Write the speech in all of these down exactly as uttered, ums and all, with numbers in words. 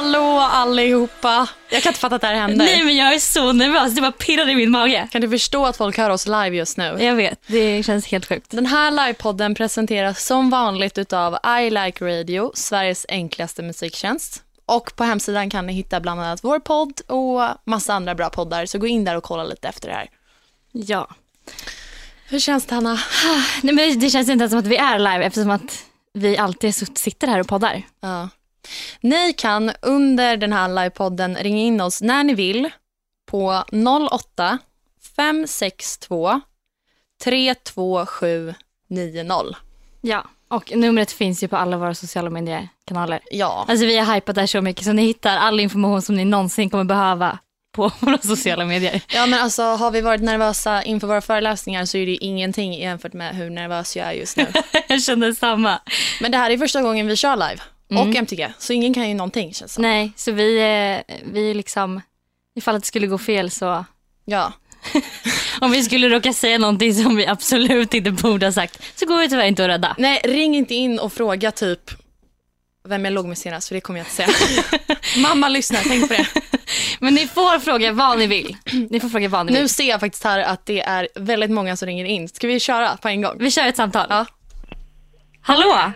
Hallå allihopa. Jag kan inte fatta att det här händer. Nej, men jag är så nervös. Det bara pirrar i min mage. Kan du förstå att folk hör oss live just nu? Jag vet, det känns helt sjukt. Den här livepodden presenteras som vanligt utav I Like Radio, Sveriges enklaste musiktjänst. Och på hemsidan kan ni hitta bland annat vår podd och massa andra bra poddar. Så gå in där och kolla lite efter det här. Ja. Hur känns det, Hanna? Nej, men det känns inte ens som att vi är live eftersom att vi alltid sitter här och poddar. Ja. Ni kan under den här livepodden ringa in oss när ni vill på noll åtta fem sex två tre två sju nio noll. Ja, och numret finns ju på alla våra sociala mediekanaler. Ja. Alltså vi har hypat där så mycket så ni hittar all information som ni någonsin kommer behöva på våra sociala medier. Ja, men alltså har vi varit nervösa inför våra föreläsningar så är det ingenting jämfört med hur nervös jag är just nu. Jag känner samma. Men det här är första gången vi kör live. Mm. Och M T G, så ingen kan ju någonting, känns som. Nej, så vi, vi liksom, ifall att det skulle gå fel så... Ja. Om vi skulle råka säga någonting som vi absolut inte borde ha sagt så går vi tyvärr inte att rädda. Nej, ring inte in och fråga typ vem jag låg med senast, för det kommer jag inte säga. Mamma lyssnar, tänk på det. Men ni får fråga vad ni vill. Ni får fråga vad ni Nu vill. ser jag faktiskt här att det är väldigt många som ringer in. Ska vi köra på en gång? Vi kör ett samtal. Ja. Hallå?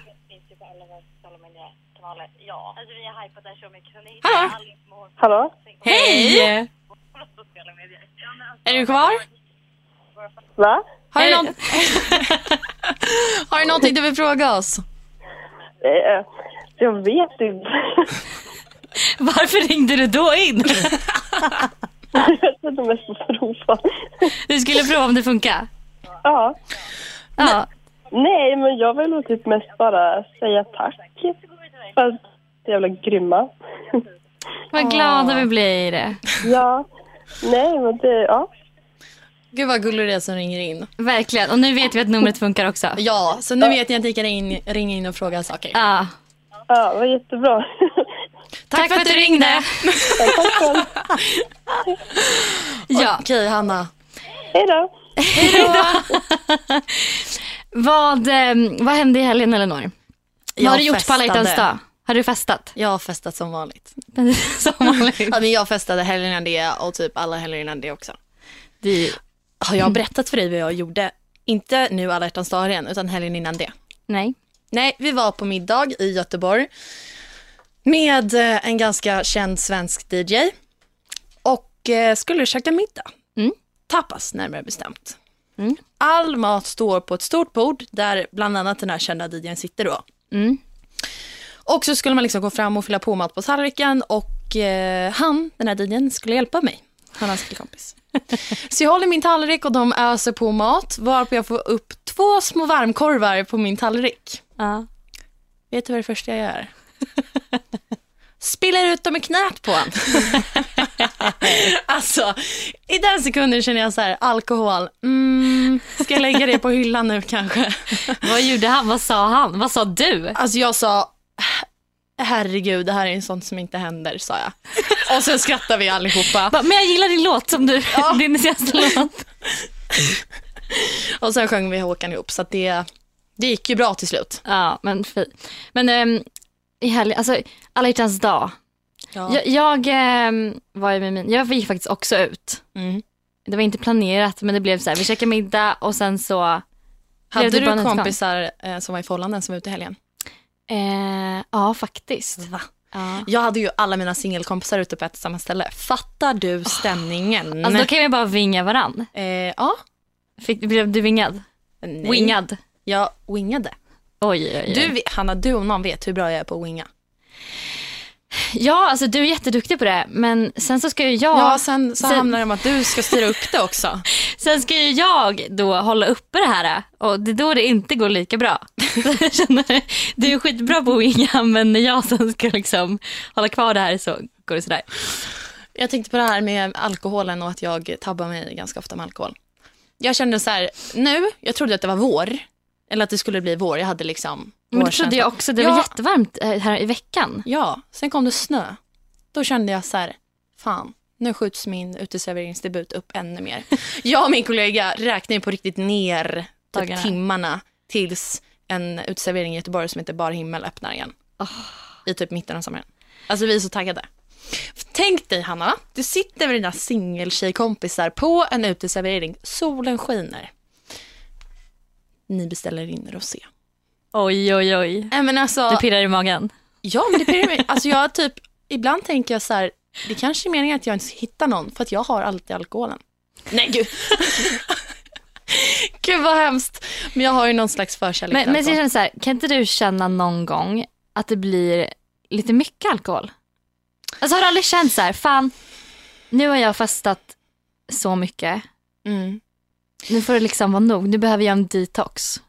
Ja, alltså vi har hypat där så mycket så ni Hallå? Hallå? Hej! Är du kvar? Va? Har du, Är- någon... Har du någonting du vill fråga oss? Eh, jag vet inte. Varför ringde du då in? Jag vet inte om jag ska prova. Du skulle prova om det funkar. Ja. Ja. Nej, men jag vill nog typ mest bara säga tack. För att det är jävla grymma. Vad glada vi blir. Ja. Nej, men det, ja. Gud vad gullig det är som ringer in. Verkligen. Och nu vet vi att numret funkar också. Ja, så nu vet ni att ni kan in, ringa in och fråga saker. Ja. Ja, det var jättebra. Tack, för att du ringde. Tack själv. Ja. Okej, Hanna. Hej då. Vad, eh, vad hände i helgen, Eleanor? Vad Jag har du gjort på alla hjärtans festade. dag? Har du festat? Jag har festat som vanligt. Som vanligt. Ja, men jag festade helgen innan det och typ alla helger innan det också. Det, Har jag berättat för dig vad jag gjorde? Inte nu alla hjärtans dag igen, utan helgen innan det. nej. Nej, vi var på middag i Göteborg med eh, en ganska känd svensk D J och eh, skulle käka middag. Mm. Tapas närmare bestämt. Mm. All mat står på ett stort bord där bland annat den här kända D J:n sitter då. Mm. Och så skulle man liksom gå fram och fylla på mat på tallriken och eh, han, den här D J:n, skulle hjälpa mig. Han har en killkompis. Så jag håller min tallrik och de öser på mat varpå jag får upp två små varmkorvar på min tallrik. Ja. Vet du vad det första jag gör? Spiller ut dem i knät på honom. Alltså, i den sekunden känner jag så här, alkohol. Mm, ska jag lägga det på hyllan nu kanske? Vad gjorde han? Vad sa han? Vad sa du? Alltså jag sa, herregud, det här är en sånt som inte händer, sa jag. Och sen skrattar vi allihopa. Men jag gillar din låt som du, Ja. din senaste låt. Och sen sjöng vi Håkan ihop, så att det, det gick ju bra till slut. Ja, men fy. Men um, i helgen, alltså alla hjärtans dag. Ja. Jag, jag um, var ju med min, jag gick faktiskt också ut. Mm. Det var inte planerat, men det blev så här, vi käkade middag och sen så... Hade blev det bara du en utgång. kompisar eh, som var i förhållanden som var ute i helgen? Eh, ja, faktiskt. Va? Ja. Jag hade ju alla mina singelkompisar ute på ett samma ställe. Fattar du stämningen? Alltså då kan vi bara vinga varann. eh, ja. Fick, blev du vingad? Nej. Wingad? Jag wingade. Oj, oj, oj. Du, vet- Hanna, du och någon vet hur bra jag är på att winga. Ja, alltså du är jätteduktig på det. Men sen så ska ju jag... Ja, sen så sen- hamnar det om att du ska styra upp det också. Sen ska ju jag då hålla uppe det här. Och det är då det inte går lika bra. Så jag känner, du är skitbra på att winga, men när jag sen ska liksom hålla kvar det här så går det sådär. Jag tänkte på det här med alkoholen och att jag tabbar mig ganska ofta med alkohol. Jag kände så här, nu, jag trodde att det var vår. Eller att det skulle bli vår. Jag hade liksom... Men det trodde jag också. Det var Ja. jättevarmt eh, här i veckan. Ja, sen kom det snö. Då kände jag så här, fan, nu skjuts min uteserveringsdebut upp ännu mer. Jag och min kollega räknar ju på riktigt ner Dagarna. timmarna tills en uteservering i Göteborg som heter Bar Himmel öppnar igen. Oh. I typ mitten av sommaren. Alltså vi är så taggade. Tänk dig Hanna, du sitter med dina singeltjejkompisar på en uteservering. Solen skiner. Ni beställer in er och se. Oj, oj, oj. Äh, men alltså, Du pirrar i magen. Ja, men det pirrar mig. Alltså jag typ, ibland tänker jag så här, det kanske är meningen att jag inte hittar någon för att jag har alltid alkoholen. Nej, gud. Gud vad hemskt. Men jag har ju någon slags förkärlek. Men, men så känner så här, kan inte du känna någon gång att det blir lite mycket alkohol? Alltså har du aldrig känt så här, fan, nu har jag fastat så mycket. Mm. Nu får det liksom vara nog. Nu behöver jag en detox.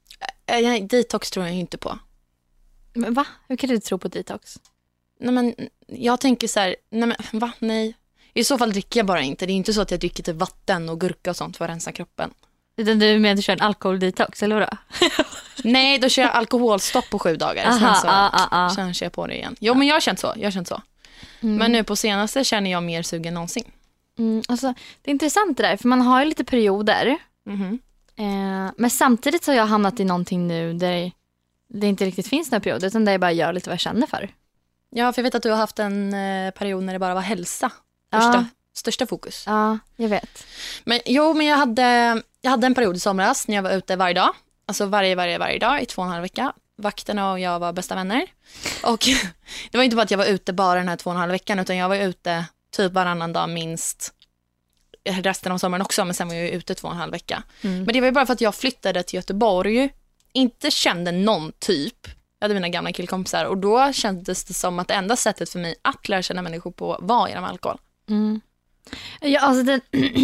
Äh, detox tror jag inte på. Men va? Hur kan du tro på detox? Nej men jag tänker så här, nej men va? Nej. I så fall dricker jag bara inte. Det är inte så att jag dricker typ vatten och gurka och sånt för att rensa kroppen. Utan du menar att du kör en alkoholdetox, eller vadå? Nej, då kör jag alkoholstopp på sju dagar. Aha, sen så ah, ah, ah. sen kör jag på det igen. Jo, men jag har känt så. Jag har känt så. Mm. Men nu på senaste känner jag mer sugen än någonsin. Mm, alltså, det är intressant det där, för man har ju lite perioder. Mhm. Eh, men samtidigt så har jag hamnat i någonting nu där det inte riktigt finns några perioder, utan där jag bara gör lite vad jag känner för. Ja, för jag vet att du har haft en eh, period när det bara var hälsa. Största, Ja. största fokus. Ja, jag vet. Men jo, men jag hade, jag hade en period i somras när jag var ute varje dag. Alltså varje, varje, varje dag i två och en halv vecka. Vakterna och jag var bästa vänner. Och det var inte bara att jag var ute bara den här två och en halv veckan, utan jag var ute typ varannan dag minst resten av sommaren också, men sen var jag ju ute två och en halv vecka. Mm. Men det var ju bara för att jag flyttade till Göteborg, inte kände någon typ. Jag hade mina gamla killkompisar och då kändes det som att det enda sättet för mig att lära känna människor på var genom alkohol. Mm. Ja, alltså det,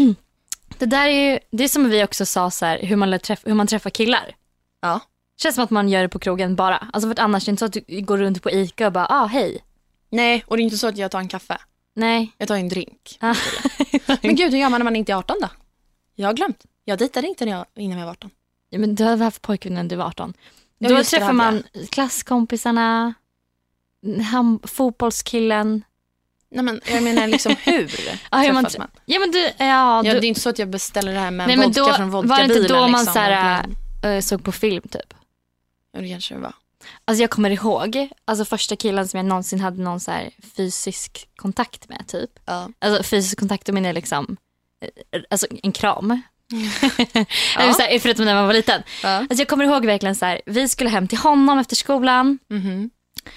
det där är ju, det är som vi också sa så här, hur man, lär träffa, hur man träffar killar. Ja. Känns som att man gör det på krogen bara. Alltså för att annars är det inte så att du går runt på Ica och bara, ah hej. Nej, och det är inte så att jag tar en kaffe. Nej. Jag tar en drink. Ah. Men gud, hur gör man när man inte är arton då? Jag har glömt. Jag dejtade inte när jag, innan jag var arton. Ja, men du har haft pojkvän när du var arton. Ja, Då just det, träffar det hade man klasskompisarna, ham, fotbollskillen. Nej, men jag menar liksom hur Ja, hur man, träffas man? ja, men du, ja, Ja, du, det är inte så att jag beställer det här med nej, men vodka då, från var det vodkabilen. inte då man liksom, så här, och bland- äh, såg på film typ? Ja, det kanske det var. Alltså jag kommer ihåg, alltså första killen som jag någonsin hade någon så här fysisk kontakt med typ. Ja. Alltså fysisk kontakt, då menar jag liksom, eh, alltså en kram. Ja. så här, förutom när man var liten. Ja. Alltså jag kommer ihåg verkligen så här, vi skulle hem till honom efter skolan. Mhm.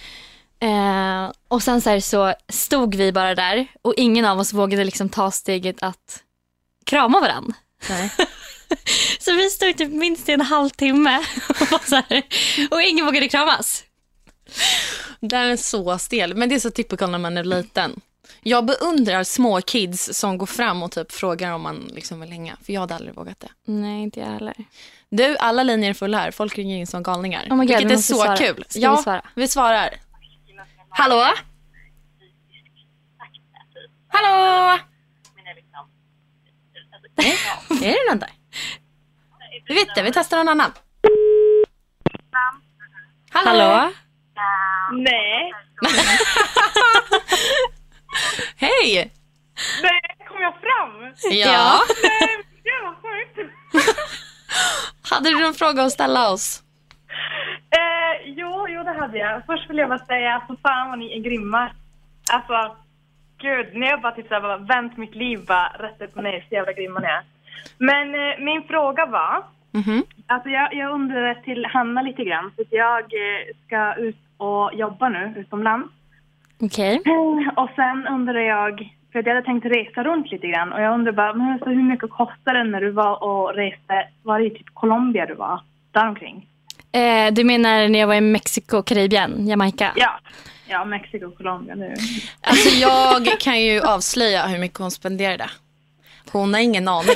Eh, och sen så, här, så stod vi bara där och ingen av oss vågade liksom ta steget att krama varandra. Nej. Så vi stod typ minst i en halvtimme och, bara så här, och ingen vågade kramas. Det är så stel, men det är så typical när man är liten. Jag beundrar små kids som går fram och typ frågar om man liksom vill hänga. För jag hade aldrig vågat det. Nej, inte jag heller. Du, alla linjer är fulla här. Folk ringer in som galningar. Oh my God, vilket vi är måste så svara. kul. Ska ja, vi svara? vi svarar. Hallå? Hallå? Nej, är det någon där? Vi vet det, vi testar någon annan. Hallå? Hallå? Nej. Hej! Nej, kom jag fram? Ja. Nej, gud vad sjukt. Hade du någon fråga att ställa oss? Eh, jo, jo, det hade jag. Först vill jag bara säga, alltså fan vad ni är grymma. Alltså, gud, ni har bara typ så här, bara vänt mitt liv bara rätt upp och ner, så jävla grymma ni är. Men eh, min fråga var, Mhm. alltså jag, jag undrar till Hanna lite grann, för att jag eh, ska ut och jobba nu utomlands. Okej. Eh, Och sen undrar jag, för att jag hade tänkt resa runt lite grann, och jag undrar bara, men alltså, hur mycket kostar det när du var och reste, var det i typ Colombia du var, där omkring? Eh, du menar när jag var i Mexiko, Karibien, Jamaica? Ja, ja, Mexiko, Colombia nu. Alltså jag kan ju avslöja hur mycket hon spenderade. Hon har ingen aning.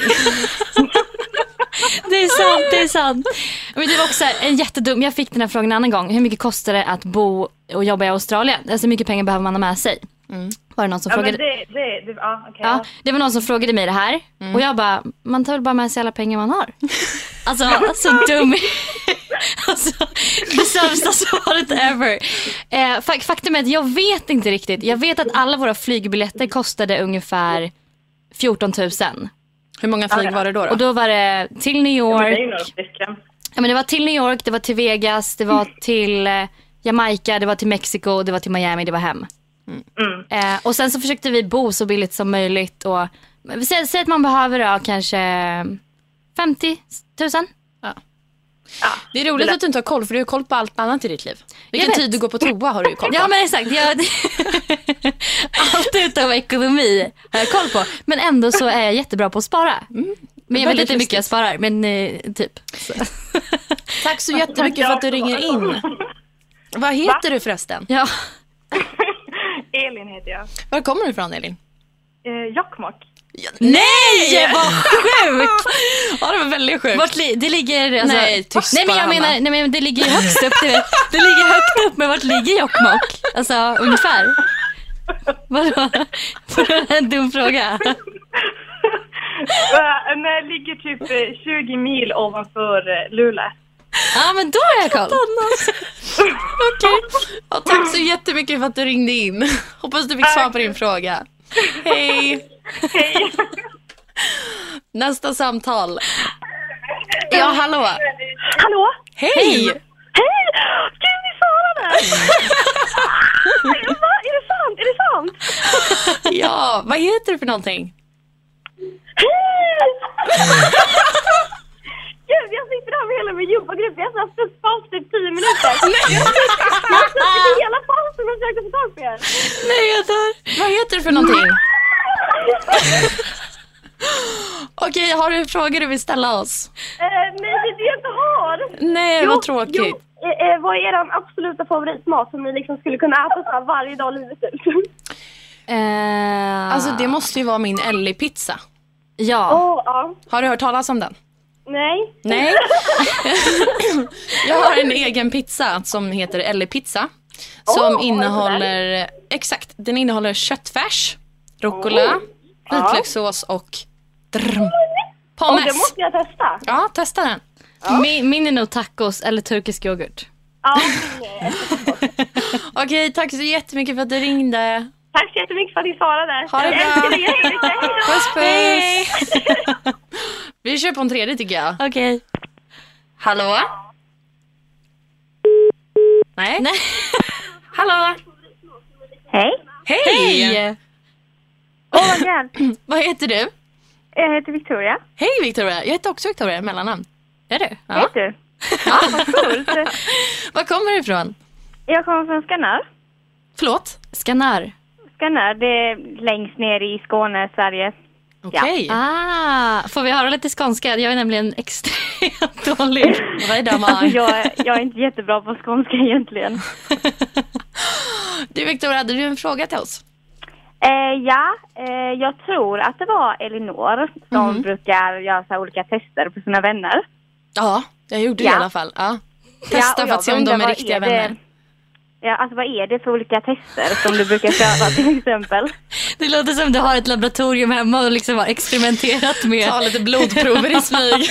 Det är sant, det är sant. Men det var också en jättedum, jag fick den här frågan en annan gång. Hur mycket kostar det att bo och jobba i Australien? Alltså hur mycket pengar behöver man ha med sig? Mm. Var det någon som Ja, frågade? men det, det, det ja, okej. Ja, ja. det var någon som frågade mig det här. Mm. Och jag bara, man tar väl bara med sig alla pengar man har. Alltså, så dum. Alltså, det sämsta svaret ever. Eh, fak- faktum är att jag vet inte riktigt. Jag vet att alla våra flygbiljetter kostade ungefär fjorton tusen. Hur många flyg var det då? då? Och då var det till New Ja, men det är ju York. några stycken. Ja, men det var till New York, det var till Vegas, det var till eh, Jamaica, det var till Mexiko, det var till Miami, det var hem. Mm. Mm. Eh, och sen så försökte vi bo så billigt som möjligt. Och, säg, säg att man behöver då, kanske femtio tusen. Ja. Ja, Det är roligt det- att du inte har koll, för du har koll på allt annat i ditt liv. Vilken vet. tid du går på toa har du ju koll på. Ja, men exakt. Jag, allt utom ekonomi har jag koll på. Men ändå så är jag jättebra på att spara. Mm. Men jag vet Väldigt inte hur mycket jag lustigt. sparar. Men eh, typ. Så. Tack så jättemycket för att du ringer in. Vad heter du förresten? Ja. Elin heter jag. Var kommer du ifrån, Elin? Eh, Jokkmokk. Nej, vad sjukt! Ja, det var väldigt sjukt. Vart li- det ligger... Alltså, Nej, tyst nej, men jag bara, menar, Hanna. nej, men det ligger ju högst upp. Det, det ligger högt upp, men vart ligger Jokkmokk? Alltså, ungefär. Vadå? Vadå, en dum fråga? Uh, nej, jag ligger typ eh, tjugo mil ovanför uh, Luleå. Ja, men då har jag koll. Okej. Ja, tack så jättemycket för att du ringde in. Hoppas du fick svar på din fråga. Hej. Hej! Nästa samtal. Ja, hallå. Hallå? Hej. Hej! Gud, ni svarade! Va? Är det sant? Är det sant? Ja, vad heter du för någonting? Hej! Gud, jag sitter där med hela min jobbgrupp. Jag har stått fast i tio minuter. Jag har suttit i hela pausen och försökt få tag på er. Nej, jag dör. Vad heter du för någonting? Okej, har du frågor du vill ställa oss? Eh, nej, det är det jag inte har. Nej, vad tråkigt. Jo, eh, eh, vad är er absoluta favoritmat som ni liksom skulle kunna äta så här varje dag livet ut? Eh, Alltså, det måste ju vara min Ellie-pizza. Ja. Åh, ja. Har du hört talas om den? Nej. Nej. Jag har en egen pizza som heter Ellie-pizza. Som Åh, innehåller, exakt, den innehåller köttfärs, rucola, vitlökssås och drrm, Åh, pommes. det måste jag testa. Ja, testa den. Min, min är nog tacos eller turkisk yoghurt. Ja, nej. Okej, tack så jättemycket för att du ringde. Tack så jättemycket för att ni svarade. Ha det bra. Jag älskar dig jättemycket. Hej då. Puss, puss. Vi kör på en tredje tycker jag. Okej. Hallå? Nej. Nej. Hallå? Hej. Hej. Hej. Åh, vad gärna. Vad heter du? Jag heter Victoria. Hej Victoria. Jag heter också Victoria, mellannamn. Är du? Ja. Vet du? Ja, vad coolt. Var kommer du ifrån? Jag kommer från Skanör. Förlåt? Skanör. Skanör, det är längst ner i Skåne, Sverige. Okej. Ah, får vi höra lite skånska? Jag är nämligen extremt dålig. Vad är det, Alltså, man? jag, är- jag är inte jättebra på skånska egentligen. Du Victoria, hade du en fråga till oss? Eh, ja, eh, jag tror att det var Elinor som brukar göra så här olika tester på sina vänner. Ja, jag gjorde det Ja. i alla fall. Ja. Ja, Testa och för att jag se om undrar, de är vad riktiga det- vänner. Ja, alltså vad är det för olika tester som du brukar köra till exempel? Det låter som du har ett laboratorium hemma och liksom har experimenterat med. Ta lite blodprover i smyg.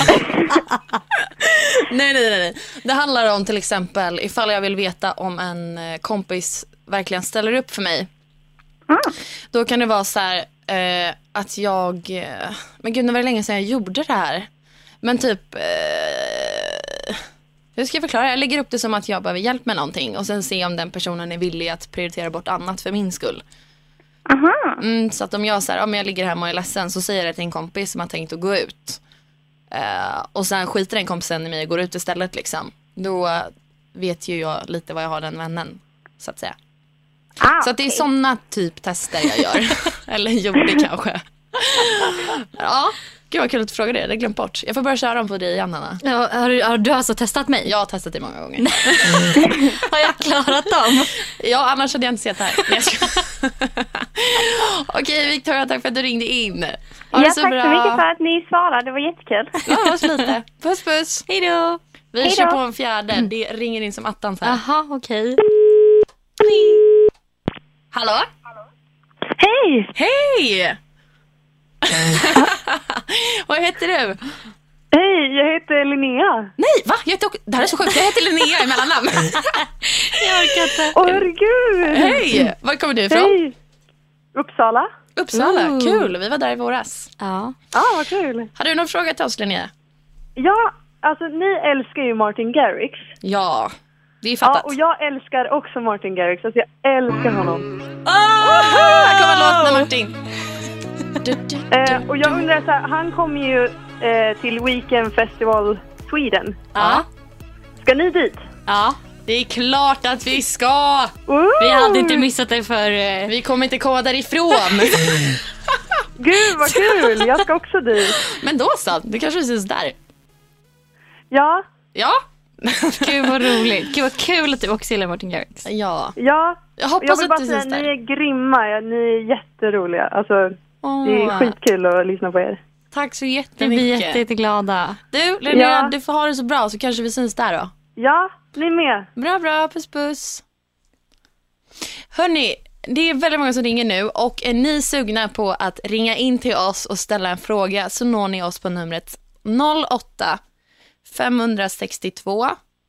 nej, nej, nej, nej. Det handlar om till exempel ifall jag vill veta om en eh, kompis verkligen ställer upp för mig. Ah. Då kan det vara så här eh, att jag... Eh, men gud, det var länge sedan jag gjorde det här. Men typ... Eh, hur ska jag förklara? Jag lägger upp det som att jag behöver hjälp med någonting. Och sen se om den personen är villig att prioritera bort annat för min skull. Aha. Mm, så att om jag, så här, om jag ligger hemma och är ledsen så säger jag det till en kompis som har tänkt att gå ut. Eh, och sen skiter den kompisen i mig och går ut istället liksom. Då eh, vet ju jag lite vad jag har den vännen, så att säga. Ah, Så att det är okej. sådana typ tester jag gör. Eller gjorde kanske. Ja, gud vad kul att du frågar det. Det har jag glömt bort. Jag får börja köra dem på dig igen, Anna. Ja, har, du, har du alltså testat mig? Jag har testat det många gånger. Har jag klarat dem? Ja, annars hade jag inte sett här. Nej, jag skojar. Okej, Victoria, tack för att du ringde in. Ha Ja, det tack så så bra. mycket för att ni svarade. Det var jättekul. Ja, det var så lite. Puss, puss. Hej då. Vi Hej kör då. på en fjärde. Det ringer in som attans här. Jaha, okej. Hallå? Hej! Hej! Vad heter du? Hej, jag heter Linnea. Nej, va? Jag heter, också- det här är så sjukt. Jag heter Linnea i mellannamn. Jag orkar inte. Åh, herregud! Hej! Var kommer du ifrån? Hej! Uppsala. Uppsala. Ooh. Kul. Vi var där i våras. Ja. Ja, ah, vad kul. Har du någon fråga till oss, Linnea? Ja, alltså ni älskar ju Martin Garrix. Ja. Det är fattat. Ja, och jag älskar också Martin Garrix. Alltså jag älskar honom. Oh! Här kommer låten, Martin. Du, du, du, Eh, och jag undrar så här, han kommer ju eh, till Weekend Festival Sweden. Ja. Ska ni dit? Ja. Det är klart att vi ska. Ooh! Vi hade inte missat det för... eh, Vi kommer inte komma därifrån. Gud vad kul, jag ska också dit. Men då så, det kanske vi syns där. Ja, Ja. Gud vad roligt. Gud vad kul att du också gillar Martin Garrix. Ja. ja. Jag Och hoppas jag vill att bara det säga, syns ni där. är grymma, ja, ni är jätteroliga. Alltså, Åh, det är skitkul att lyssna på er. tack så Vi jättemycket. blir jätte, jätteglada. Du, Linnea, Ja. du får ha det så bra så kanske vi syns där då. Ja, ni med. Bra, bra. Puss, puss. Hörni, det är väldigt många som ringer nu och är ni sugna på att ringa in till oss och ställa en fråga så når ni oss på numret noll åtta fem sex två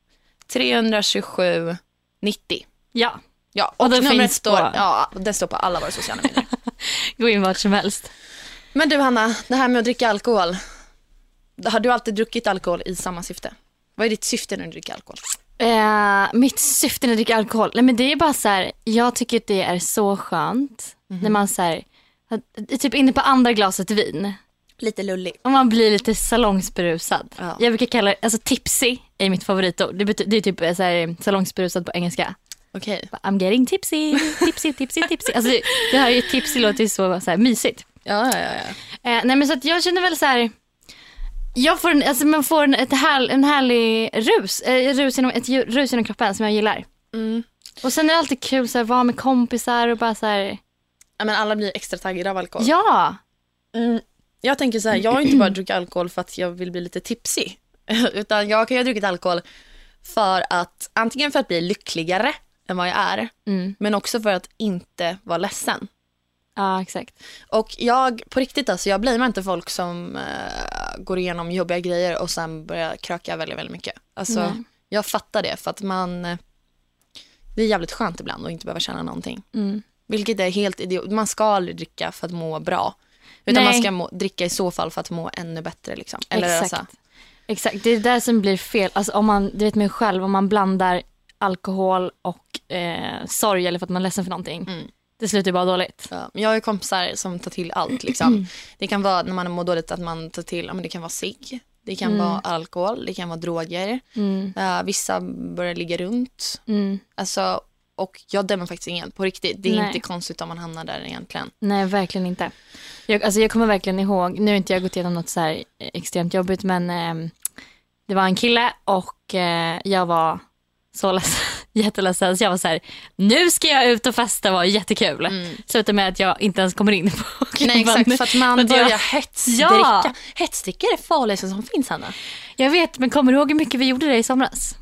tre två sju nittio. Ja, Ja, och, Och det numret finns står, på- ja, det står på alla våra sociala medier. gå in vart som helst. Men du Hanna, det här med att dricka alkohol. Har du alltid druckit alkohol i samma syfte? Vad är ditt syfte när du dricker alkohol? Eh, mitt syfte när jag dricker alkohol, nej men det är bara så här, jag tycker att det är så skönt när man så här, är typ inne på andra glaset vin Lite lullig. och man blir lite salongsberusad. Ja. Jag brukar kalla det, alltså tipsy är mitt favoritord. Det, betyder, det är typ så här, salongsberusad på engelska. Okej. I'm getting tipsy, tipsy, tipsy, tipsy. Alltså det, det här är ju tipsy, låter ju så, så här mysigt. Ja, ja, ja. ja. Eh, nej men så att jag känner väl så här. Jag får en, alltså man får en, ett här, en härlig rus, eh, rus, genom, ett ju- rus genom kroppen som jag gillar. Mm. Och sen är det alltid kul så här, vara med kompisar och bara så här. Ja, men alla blir extra taggade av alkohol. Ja, Mm. Jag tänker så här, jag har inte bara druckit alkohol för att jag vill bli lite tipsig. Utan jag kan ju ha druckit alkohol för att, antingen för att bli lyckligare än vad jag är. mm. Men också för att inte vara ledsen. Ja exakt. Och jag, på riktigt alltså, jag blamear inte folk som eh, går igenom jobbiga grejer och sen börjar kröka väldigt, väldigt mycket. Alltså, Nej. jag fattar det för att man, eh, det är jävligt skönt ibland att inte behöva känna någonting. Mm. Vilket är helt idiot. Man ska aldrig dricka för att må bra. Utan Nej. man ska må, dricka i så fall för att må ännu bättre. Liksom. Eller Exakt. Alltså, Exakt, det är det som blir fel. Alltså om man, du vet mig själv, om man blandar alkohol och eh, sorg eller för att man är ledsen för någonting. Mm. Det slutar ju bara dåligt. ja. Men jag har ju kompisar som tar till allt. Liksom. Det kan vara när man mår dåligt att man tar till, ja, men det kan vara cigg. Det kan Mm. vara alkohol, det kan vara droger. Mm. Uh, vissa börjar ligga runt. Mm. Alltså, och jag dömer faktiskt ingen på riktigt. Det är Nej. inte konstigt om man hamnar där egentligen. Nej, verkligen inte. Jag, alltså jag kommer verkligen ihåg, nu har inte jag gått igenom något så här eh, extremt jobbigt, men eh, det var en kille och eh, jag var så ledsen, jätteledsen. Så jag var så här, nu ska jag ut och festa, var jättekul. Mm. Slutar med att jag inte ens kommer in på klubban. Nej, exakt. För att man För att jag- börjar hetsdricka. Ja. Hetsdricka är det farligaste som finns, Hanna. Jag vet, men kommer du ihåg hur mycket vi gjorde det i somras?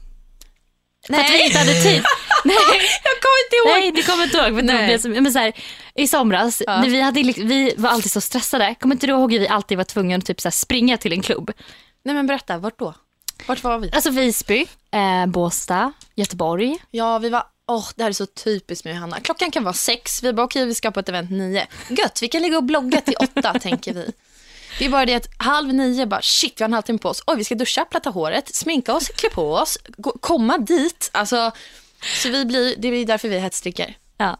För att vi Nej. inte hade tid. Nej. Jag kommer inte ihåg. Nej, det kommer inte ihåg. För det Nej. blev så, men så här, i somras, Ja. när vi, hade, liksom- vi var alltid så stressade. Kommer inte du ihåg hur vi alltid var tvungna att typ så här springa till en klubb? Nej, men berätta, vart då? Vart var vi? Alltså Visby, eh, Båstad, Göteborg. Ja, vi var... Åh, det här är så typiskt med Hanna. Klockan kan vara sex. Vi bara, okej, vi ska på ett event nio. Gött, vi kan ligga och blogga till åtta, tänker vi. Det är bara det att halv nio bara, shit, vi har en halvtimme på oss. Oj, vi ska duscha, platta håret, sminka oss, klä på oss, gå, komma dit. Alltså, så vi blir, det är därför vi hetsdricker. Ja.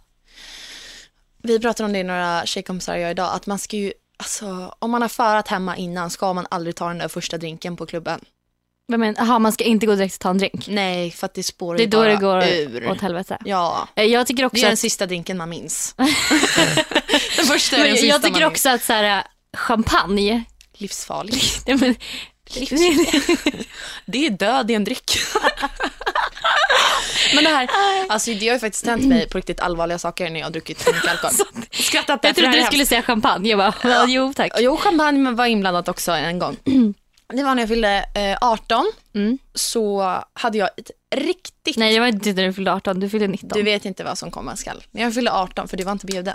Vi pratar om det i några tjejkompisar jag idag, att man ska ju, alltså, om man har förat hemma innan ska man aldrig ta den där första drinken på klubben. Men, aha, man ska inte gå direkt och ta en drink. Nej, för att det spårar Det är ju då bara det går ur. åt helvete. Ja, Eh, Jag tycker det också är den att, sista drinken man minns. Den första är men den sista jag tycker man också att så här, champagne. minns. Livsfarlig. Nej, men, Det är död i en dryck. Men det här, alltså det har ju faktiskt hänt mig på riktigt allvarliga saker när jag har druckit för mycket alkohol. Skrattat jag trodde du skulle säga champagne. Jag bara, ja. Jo tack. Jo, champagne var inblandat också en gång. Det var när jag fyllde eh, arton. Mm. Så hade jag ett riktigt... Nej, jag var inte när du fyllde arton, du fyllde nitton. Du vet inte vad som komma skall. Men jag fyllde arton för det var inte bjuden.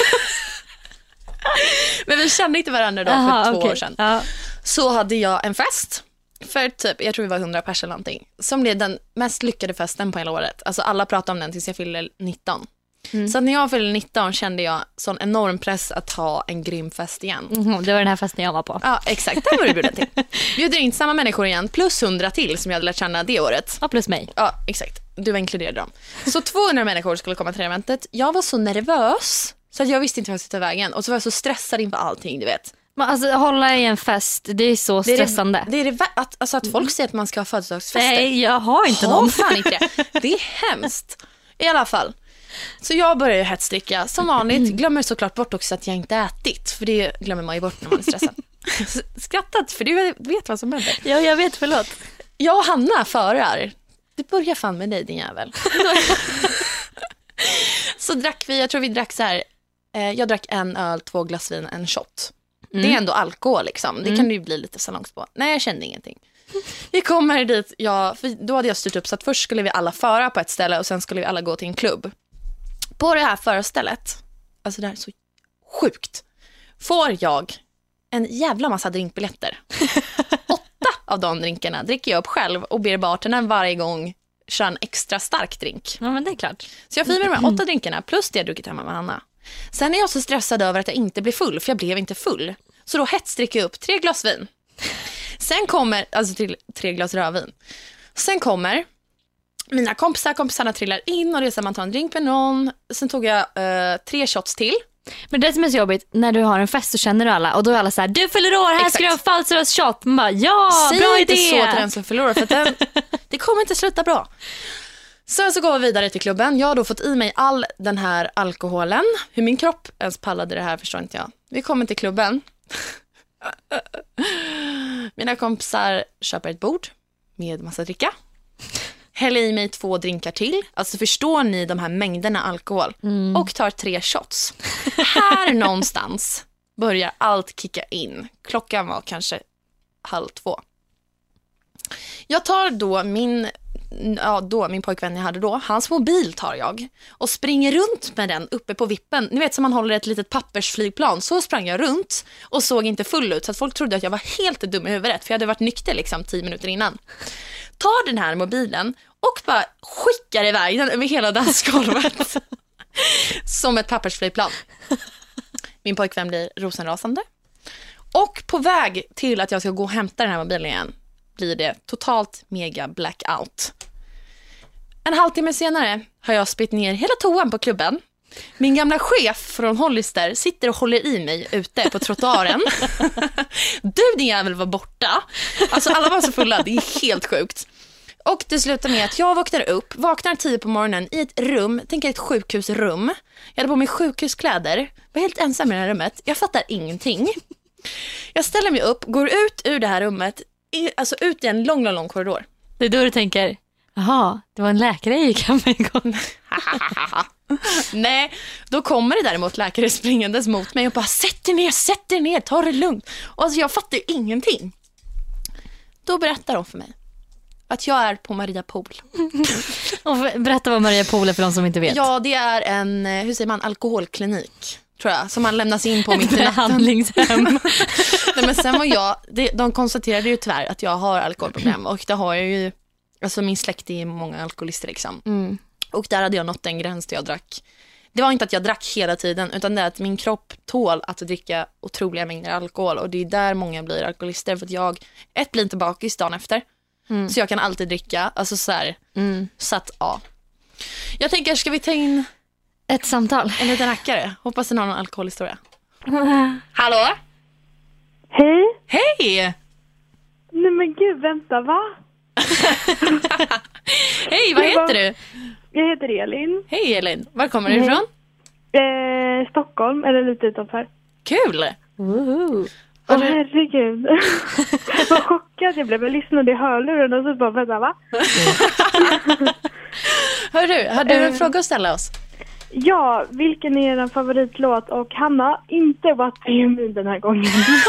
Men vi kände inte varandra då för Aha, två okej. år sedan. Ja. Så hade jag en fest för typ, jag tror vi var hundra personer eller någonting, som blev den mest lyckade festen på hela året. Alltså alla pratade om den tills jag fyllde nitton. Mm. Så när jag fyllde nitton kände jag sån enorm press att ha en grym fest igen. Mhm, det var den här festen jag var på. Ja, exakt. Den var du bjuden till. Bjuder in samma människor igen, plus hundra till som jag hade lärt känna det året. Ja, plus mig. Ja, exakt. Du var inkluderad dem. Så tvåhundra människor skulle komma till det eventet. Jag var så nervös så att jag visste inte vad jag skulle ta vägen. Och så var jag så stressad inför allting, du vet. Men alltså, hålla i en fest, det är så stressande. Det är det, det är det, att, alltså, att folk säger att man ska ha födelsedagsfester. Nej, jag har inte har någon. Fan inte det. Det är hemskt. I alla fall. Så jag börjar ju hetsdricka. Som vanligt glömmer såklart bort också att jag inte ätit. För det glömmer man ju bort när man är stressad. Skrattat, för du vet vad som händer. Ja, jag vet, förlåt. Jag och Hanna förar. Det börjar fan med dig, din jävel. Så drack vi, jag tror vi drack så här. Eh, jag drack en öl, två glas vin, en shot. Mm. Det är ändå alkohol liksom. Det mm. kan ju bli lite salongs på. Nej, jag kände ingenting. Vi kommer dit, ja, för då hade jag styrt upp så att först skulle vi alla föra på ett ställe och sen skulle vi alla gå till en klubb. På det här förstället, alltså det här är så sjukt, får jag en jävla massa drinkbiljetter. Åtta av de drinkarna dricker jag upp själv och ber bartendern varje gång köra en extra stark drink. Ja, men det är klart. Så jag firar med åtta drinkarna plus det jag druckit hemma med Hanna. Sen är jag så stressad över att jag inte blir full, för jag blev inte full. Så då hetsdricker jag upp tre glas vin. Sen kommer, alltså till tre glas rödvin. Sen kommer mina kompisar, kompisarna trillar in och det är så att man tar en drink med någon. Sen tog jag uh, tre shots till. Men det som är så jobbigt, när du har en fest så känner du alla. Och då är alla så här, du fyller år, här Exakt. Ska du ha födelsedagsshot. Man bara, ja, säg bra inte idé. så till den som fyller år, för att den, det kommer inte sluta bra. Sen så går vi vidare till klubben. Jag har då fått i mig all den här alkoholen. Hur min kropp ens pallade det här förstår inte jag. Vi kommer till klubben. Mina kompisar köper ett bord med massa dricka. Häller i mig två drinkar till. Alltså förstår ni de här mängderna alkohol? Mm. Och tar tre shots. Här någonstans börjar allt kicka in. Klockan var kanske halv två. Jag tar då min, ja, då, min pojkvän jag hade då, hans mobil tar jag och springer runt med den uppe på vippen. Ni vet som man håller ett litet pappersflygplan. Så sprang jag runt och såg inte full ut så att folk trodde att jag var helt dum i huvudet, för jag hade varit nykter liksom tio minuter innan. Tar den här mobilen och bara skickar iväg den över hela dansgolvet som ett pappersflygplan. Min pojkvän blir rosenrasande. Och på väg till att jag ska gå och hämta den här mobilen igen blir det totalt mega blackout. En halvtimme senare har jag spytt ner hela toan på klubben. Min gamla chef från Hollister sitter och håller i mig ute på trottoaren. Du, din jävel, var borta. Alltså alla var så fulla, det är helt sjukt. Och det slutar med att jag vaknar upp, vaknar tio på morgonen i ett rum, tänker ett sjukhusrum. Jag hade på mig sjukhuskläder, var helt ensam i det här rummet. Jag fattar ingenting. Jag ställer mig upp, går ut ur det här rummet, alltså ut i en lång, lång, lång korridor. Det är då du tänker, jaha, det var en läkare jag gick hem en gång. Nej, då kommer det däremot läkare springandes mot mig och bara, sätt dig ner, sätt dig ner, ta det lugnt. Och alltså jag fattar ingenting. Då berättar de för mig att jag är på Maria Pool. Och berätta vad Maria Pool är för de som inte vet. Ja, det är en, hur säger man, alkoholklinik, tror jag, som man lämnas in på mitt behandlingshem. Nej, men sen var jag, det, de konstaterade ju tyvärr att jag har alkoholproblem, och det har jag ju, alltså min släkt är många alkoholister liksom. Mm. Och där hade jag nått en gräns där jag drack. Det var inte att jag drack hela tiden, utan det är att min kropp tål att dricka otroliga mängder alkohol, och det är där många blir alkoholister, för att jag, ett, blir inte bakis dagen efter. Mm. Så jag kan alltid dricka, alltså så här, mm. så att ja. Jag tänker, ska vi ta in ett samtal? En liten hackare. Hoppas det är någon alkoholhistoria. Mm. Hallå? Hej. Hej! Nej men gud, vänta, va? Hej, vad heter du? Jag heter Elin. Hej Elin, var kommer du ifrån? Eh, Stockholm, eller lite utanför. Kul! Åh oh, du... herregud. Vad chockad jag blev. Jag lyssnade i hörluren och så bara, vänta, va? Hörru, har du en uh, fråga att ställa oss? Ja, vilken är er favoritlåt? Och Hanna, inte What Do You Mean den här gången.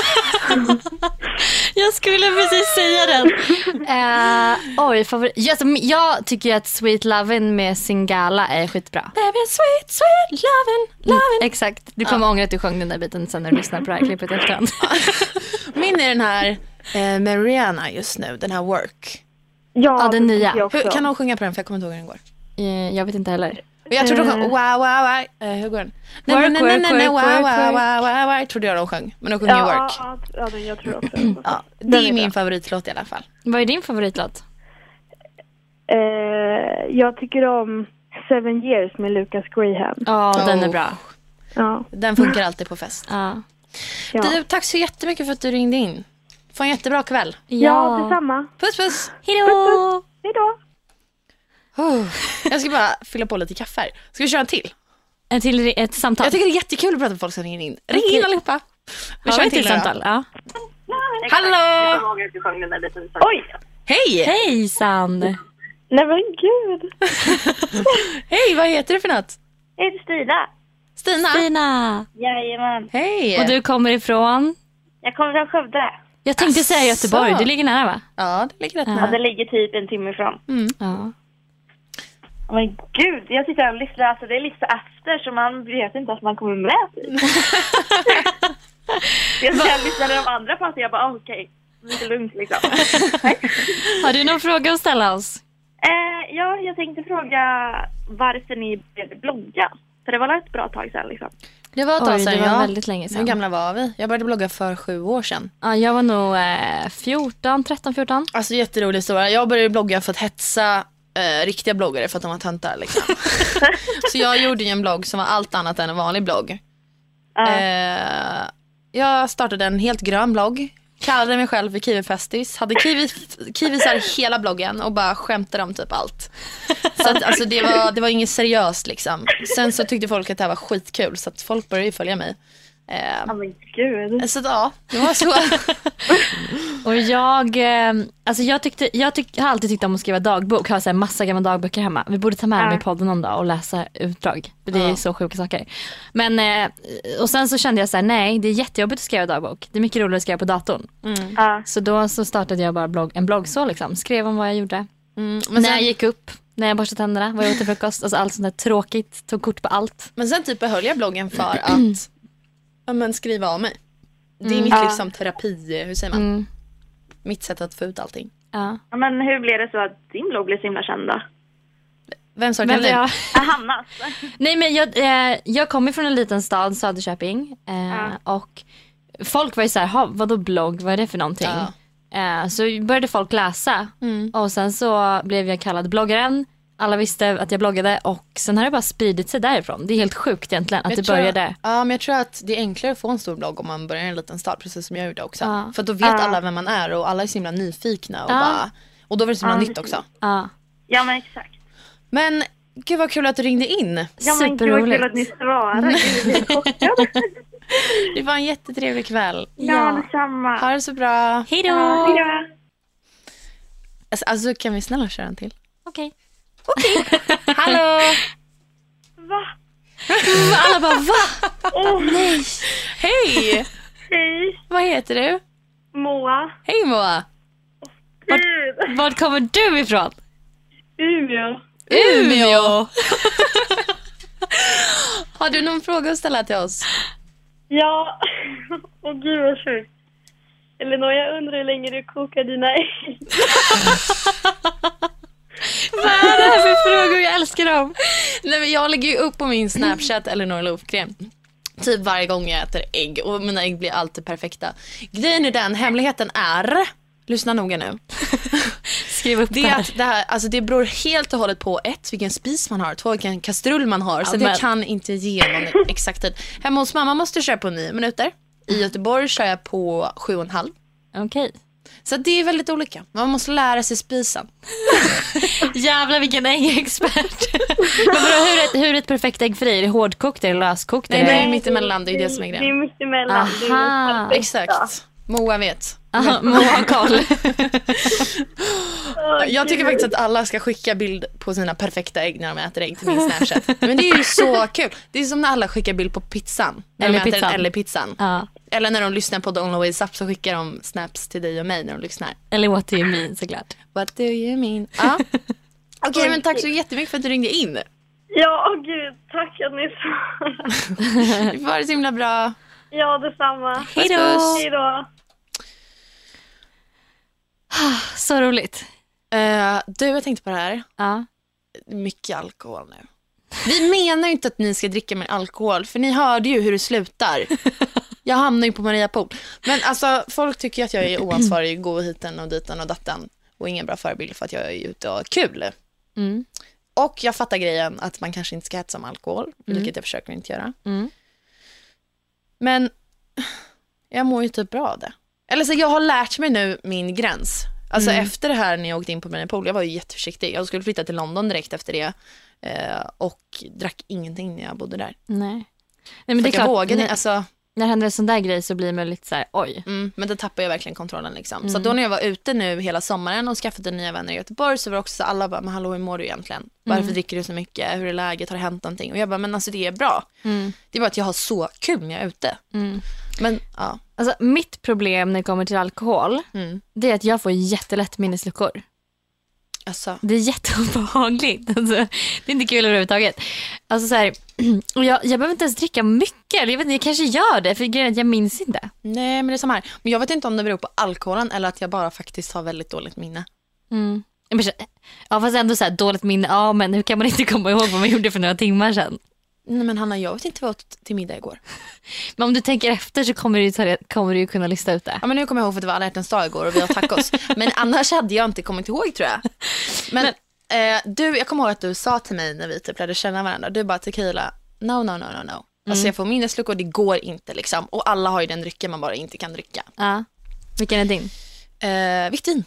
Jag skulle precis säga den. uh, Oj, favorit. Jag, jag tycker att Sweet Lovin' med Singala är skitbra. Baby, sweet, sweet lovin', lovin'. Mm, exakt, du kommer ja. ångra att du sjöng den där biten sen när du lyssnar på det här klippet efterhand. Min är den här eh, med Rihanna just nu, den här Work. Ja, ja den nya. Hur, kan någon sjunga på den, för jag kommer inte ihåg hur den går? uh, Jag vet inte heller. Jag tror de sjöng wow, wow, wow. Uh, hur går den? Nej, nej, nej, nej, nej, wow, wow, wow, wow, wow. Trodde jag de sjöng. Men de sjöng ju ja, Work. Ja, ja, jag tror också. Ja, det är min favoritlåt i alla fall. Vad är din favoritlåt? Eh, jag tycker om Seven Years med Lucas Graham. Ja, oh, den är Oh. bra. Ja. Den funkar alltid på fest. Ja. Ja. Du, tack så jättemycket för att du ringde in. Få en jättebra kväll. Ja, detsamma. Puss, puss. Hejdå! Hejdå. Oh. Jag ska bara fylla på lite kaffe här. Ska vi köra en till? En till ett samtal. Jag tycker det är jättekul att prata med folk som ringer in. Ring Okej. in allihopa. Vi Har kör vi en ett till till nu då. samtal? Ja. Hallå! Oj! Hej! Hejsan! Nej men gud. Hej, vad heter du för något? Jag heter Stina. Stina? Stina! Jajamän. Hej! Och du kommer ifrån? Jag kommer från Skövde. Jag tänkte Asså. säga Göteborg, du ligger nära va? Ja, det ligger rätt Ja. Ja, nära. det ligger typ en timme ifrån. Ja. Men gud, jag sitter och lyssnar. Alltså, det är lite efter så man vet inte att man kommer med. Typ. jag jag lyssnade de andra på att jag bara, okej, okay, lite lugnt liksom. Har du någon fråga att ställa oss? eh, ja, jag tänkte fråga varför ni började blogga. För det var ett bra tag sedan liksom. Det var ett tag Oj, sedan, det var ja. väldigt länge Hur sedan. gamla var vi? Jag började blogga för sju år sedan. Ja, jag var nog eh, fjorton, tretton, fjorton. Alltså jätterolig historia. Jag började blogga för att hetsa eh, riktiga bloggare för att de var töntar liksom. Så jag gjorde ju en blogg som var allt annat än en vanlig blogg. Ja. Eh, jag startade en helt grön blogg. Kallade mig själv för Kiwi-festis. Hade kiwi, kiwisar i hela bloggen och bara skämtade om typ allt. Så att, alltså, det, var, det var inget seriöst liksom. Sen så tyckte folk att det här var skitkul så att folk började ju följa mig. Ja Eh, men gud. så att, ja, det var så. Och jag, eh, alltså jag, tyckte, jag tyck, har alltid tyckt om att skriva dagbok. Jag har så här massa gamla dagböcker hemma. Vi borde ta med Ja. dem i podden någon dag och läsa utdrag. För det är Ja. så sjuka saker. Men, eh, och sen så kände jag så här, nej, det är jättejobbigt att skriva dagbok. Det är mycket roligare att skriva på datorn. Mm. Ja. Så då så startade jag bara blogg, en blogg så liksom. Skrev om vad jag gjorde. Mm, men, När sen, jag gick upp, när jag borstade tänderna, vad jag åt till frukost. Alltså allt sånt där tråkigt, tog kort på allt. men sen typ behöll jag bloggen för att ja, men skriva av mig. Det är Mm. mitt Ja. liksom terapi, hur säger man? Mm. Mitt sätt att få ut allting. Ja. Ja, men hur blev det så att din blogg blev så himla känd då? Vem sa det Men nu? jag, Ja, Hannas. nej men jag, eh, jag kommer från en liten stad, Söderköping. Eh, Ja. Och folk var ju så här, "Ha, vadå blogg, vad är det för någonting?" Ja. Eh, så började folk läsa. Mm. Och sen så blev jag kallad bloggaren. Alla visste att jag bloggade och sen har det bara spridit sig därifrån. Det är helt sjukt egentligen att Jag det tror- började. Ja, men jag tror att det är enklare att få en stor blogg om man börjar i en liten stad, precis som jag gjorde också. Ja. För att då vet Ja. alla vem man är och alla är så himla nyfikna. Och, Ja. bara, och då var det så himla Ja, nytt också. Ja. Ja men exakt. Men gud vad kul att du ringde in. Ja men gud vad kul Superroligt. att ni svarade. Gud, jag är chockad. Det var en jättetrevlig kväll. Ja, detsamma. Ha det så bra. Hej då! Ja, hej då. Alltså, alltså kan vi snälla köra en till? Okej. Hallå! Va? Alla bara, va? Åh, Hej! hej. Vad heter du? Moa. Hej Moa! Gud. Vart kommer du ifrån? Umeå. Umeå! Har du någon fråga att ställa till oss? Ja. Åh gud vad sjukt. Elinor, jag undrar hur länge du kokar dina ägg. Vad är det här för frågor? Jag älskar dem. Nej, men jag lägger ju upp på min Snapchat Elinor Lofgren typ varje gång jag äter ägg. Och mina ägg blir alltid perfekta. Grejen är den, hemligheten är, lyssna noga nu, Skriv upp det det är här. att det, här, alltså det beror helt och hållet på ett, vilken spis man har, två, vilken kastrull man har. Så Ja, men- det kan inte ge någon exakt tid. Hemma hos mamma måste jag köra på nio minuter. I Göteborg kör jag på sju och en halv. Okej. Så det är väldigt olika. Man måste lära sig spisen. Jävlar vilken äggexpert. Men vadå, hur, är ett, hur är ett perfekt ägg för dig? Är det hårdkokt eller löskokt? Nej, Är det det- är mittemellan, det är det som är Det är grejen. mitt emellan. Det är Aha. perfekt. Exakt. Moa vet. Aha, Moa har koll. Åh, Jag tycker gud. faktiskt att alla ska skicka bild på sina perfekta ägg när de äter ägg till min Snapchat. Men det är ju så kul. Det är som när alla skickar bild på pizzan. När Eller de äter pizzan. den eller pizzan. Ja. Eller när de lyssnar på The Only Ways Up så skickar de snaps till dig och mig när de lyssnar. Eller what do you mean såklart. What do you mean? Ja. Okej, men tack så jättemycket för att du ringde in. Ja, åh gud. Tack att ni svarade. Det var så himla bra. Ja, detsamma. Hej då. Hej då. Så roligt. Uh, du, jag tänkte på det här. Ja. Mycket alkohol nu. Vi menar ju inte att ni ska dricka mer alkohol, för ni hörde ju hur det slutar. Jag hamnar ju på Maria Pool. Men alltså, folk tycker att jag är oansvarig, gå hiten och ditan och datten. och ingen bra förebild för att jag är ute och har kul. Mm. Och jag fattar grejen att man kanske inte ska hetsa om alkohol, Mm. vilket jag försöker inte göra. Mm. Men jag mår ju typ bra av det. Eller så jag har lärt mig nu min gräns. Alltså Mm. efter det här när jag åkte in på Menopol, jag var ju jätteförsiktig. Jag skulle flytta till London direkt efter det. Eh, och drack ingenting när jag bodde där. Nej. Nej, men För det är att jag klart, vågade, när, alltså, när det händer en sån där grej så blir man lite så här, oj. mm, men då tappade jag verkligen kontrollen liksom. Så Mm. då när jag var ute nu hela sommaren och skaffade nya vänner i Göteborg, så var det också så alla bara, men hallå, hur mår du egentligen? Varför Mm. dricker du så mycket? Hur är läget? Har det hänt någonting? Och jag bara, men alltså det är bra. Mm. Det är bara att jag har så kul när jag är ute. Mm. Men ja. Alltså mitt problem när det kommer till alkohol, Mm. det är att jag får jättelätt minnesluckor. Alltså, Det är jätteobehagligt. Alltså, det är inte kul överhuvudtaget. Alltså så här, och jag, jag behöver inte ens dricka mycket. Eller jag vet inte, jag kanske gör det, för grejen är att jag minns inte. nej, men det är samma här. Men jag vet inte om det beror på alkoholen eller att jag bara faktiskt har väldigt dåligt minne. Mm. Men så- Ja, fast ändå så här, dåligt minne. Ja, men hur kan man inte komma ihåg vad man gjorde för några timmar sedan? Nej, men Hanna, jag vet inte vad jag åt till middag igår. Men om du tänker efter så kommer du ju, ta det, kommer du ju kunna lista ut det. Ja, men nu kommer jag ihåg för att det var alla hjärtans dag igår och vi har tacos. Men annars hade jag inte kommit ihåg, tror jag. Men, eh, du, jag kommer ihåg att du sa till mig när vi typ lärde känna varandra, du bara, tequila, no, no, no, no, no. Alltså jag får minnesluckor, det går inte liksom. Och alla har ju den drycken man bara inte kan dricka. Ja. Vilken är din? Eh, vitt vin.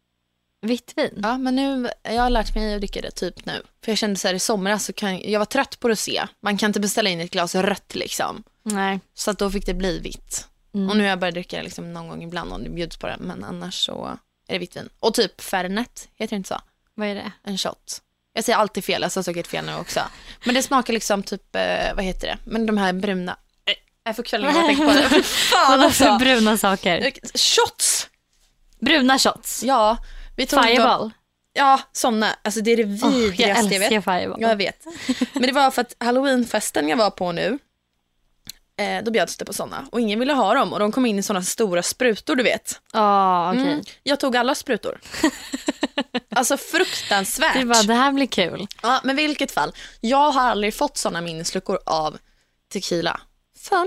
Vitt vin? Ja, men nu, jag har lärt mig att dricka det typ nu. För jag kände så här i somras så kan, jag var trött på rosé. Man kan inte beställa in ett glas rött liksom. Nej. Så att då fick det bli vitt. Mm. Och nu har jag börjat dricka det liksom någon gång ibland om det bjuds på det. Men annars så är det vitt vin. Och typ Fernet, heter det inte så? Vad är det? En shot. Jag säger alltid fel, jag sa säkert fel nu också. Men det smakar liksom typ, eh, vad heter det? Men de här bruna. Eh, Jag får kvällen jag tänker på det. Fy Fan Vad alltså. för bruna saker? Shots! Bruna shots? Ja. Vi tog Fireball? dem- Ja, såna. Alltså det är det Oh, vidrigaste jag jag älskar vet. Fireball. Ja, jag vet. Men det var för att Halloweenfesten jag var på nu, eh, då bjöds det på såna. Och ingen ville ha dem. Och de kom in i såna stora sprutor, du vet. Ja, okej. Mm. Jag tog alla sprutor. Alltså fruktansvärt. Det bara, det här blir kul. Ja, men vilket fall. Jag har aldrig fått såna minnesluckor av tequila. Förrän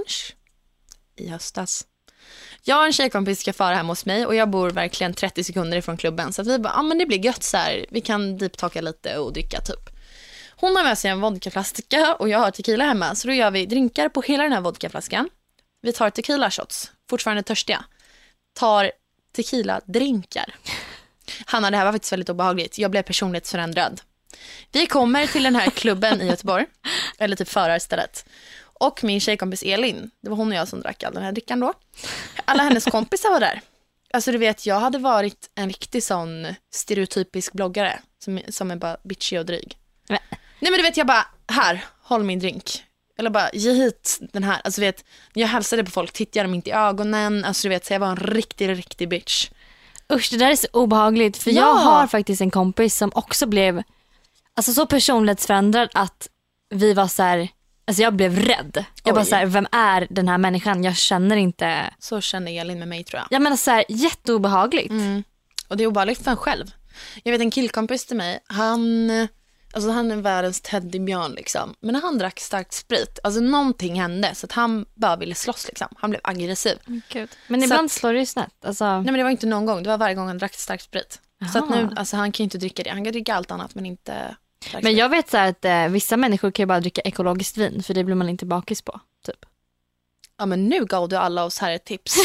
i höstas. Jag och en tjejkompis ska fara hem hos mig och jag bor verkligen trettio sekunder ifrån klubben. Så att vi bara, ja ah, men det blir gött så här. Vi kan deeptalka lite och dricka typ. Hon har med sig en vodkaflaska och jag har tequila hemma. Så då gör vi drinkar på hela den här vodkaflaskan. Vi tar tequila shots, fortfarande törstiga. Tar tequila drinkar. Hanna, det här var faktiskt väldigt obehagligt. Jag blev personlighetsförändrad. Vi kommer till den här klubben i Göteborg. Eller typ förarstället. Och min tjejkompis Elin, det var hon och jag som drack all den här drickan då. Alla hennes kompisar var där. Alltså du vet, jag hade varit en riktig sån stereotypisk bloggare. Som, som är bara bitchy och dryg. Nej. Nej men du vet, jag bara, här, håll min drink. Eller bara, ge hit den här. Alltså du vet, när jag hälsade på folk, tittade jag dem inte i ögonen. Alltså du vet, så jag var en riktig, riktig bitch. Usch, det där är så obehagligt. För Ja. jag har faktiskt en kompis som också blev alltså så personlighetsförändrad att vi var så här, alltså jag blev rädd. Jag Oj. bara så här, vem är den här människan? Jag känner inte. Så känner Elin med mig, tror jag. Jag menar så här, jätteobehagligt. Mm. Och det är obehagligt för en själv. Jag vet en killkompis till mig, han, alltså han är världens teddybjörn liksom. Men när han drack starkt sprit, alltså någonting hände så att han bara ville slåss liksom. Han blev aggressiv. Gud. Men Så ibland att- slår det ju snett. Alltså, Nej men det var inte någon gång, det var varje gång han drack starkt sprit. Så att Aha. nu, alltså han kan ju inte dricka det. Han kan dricka allt annat men inte starkt men sprit. jag vet så här att eh, vissa människor kan ju bara dricka ekologiskt vin för det blir man inte bakis på. Typ. Ja men nu gav du alla oss här ett tips.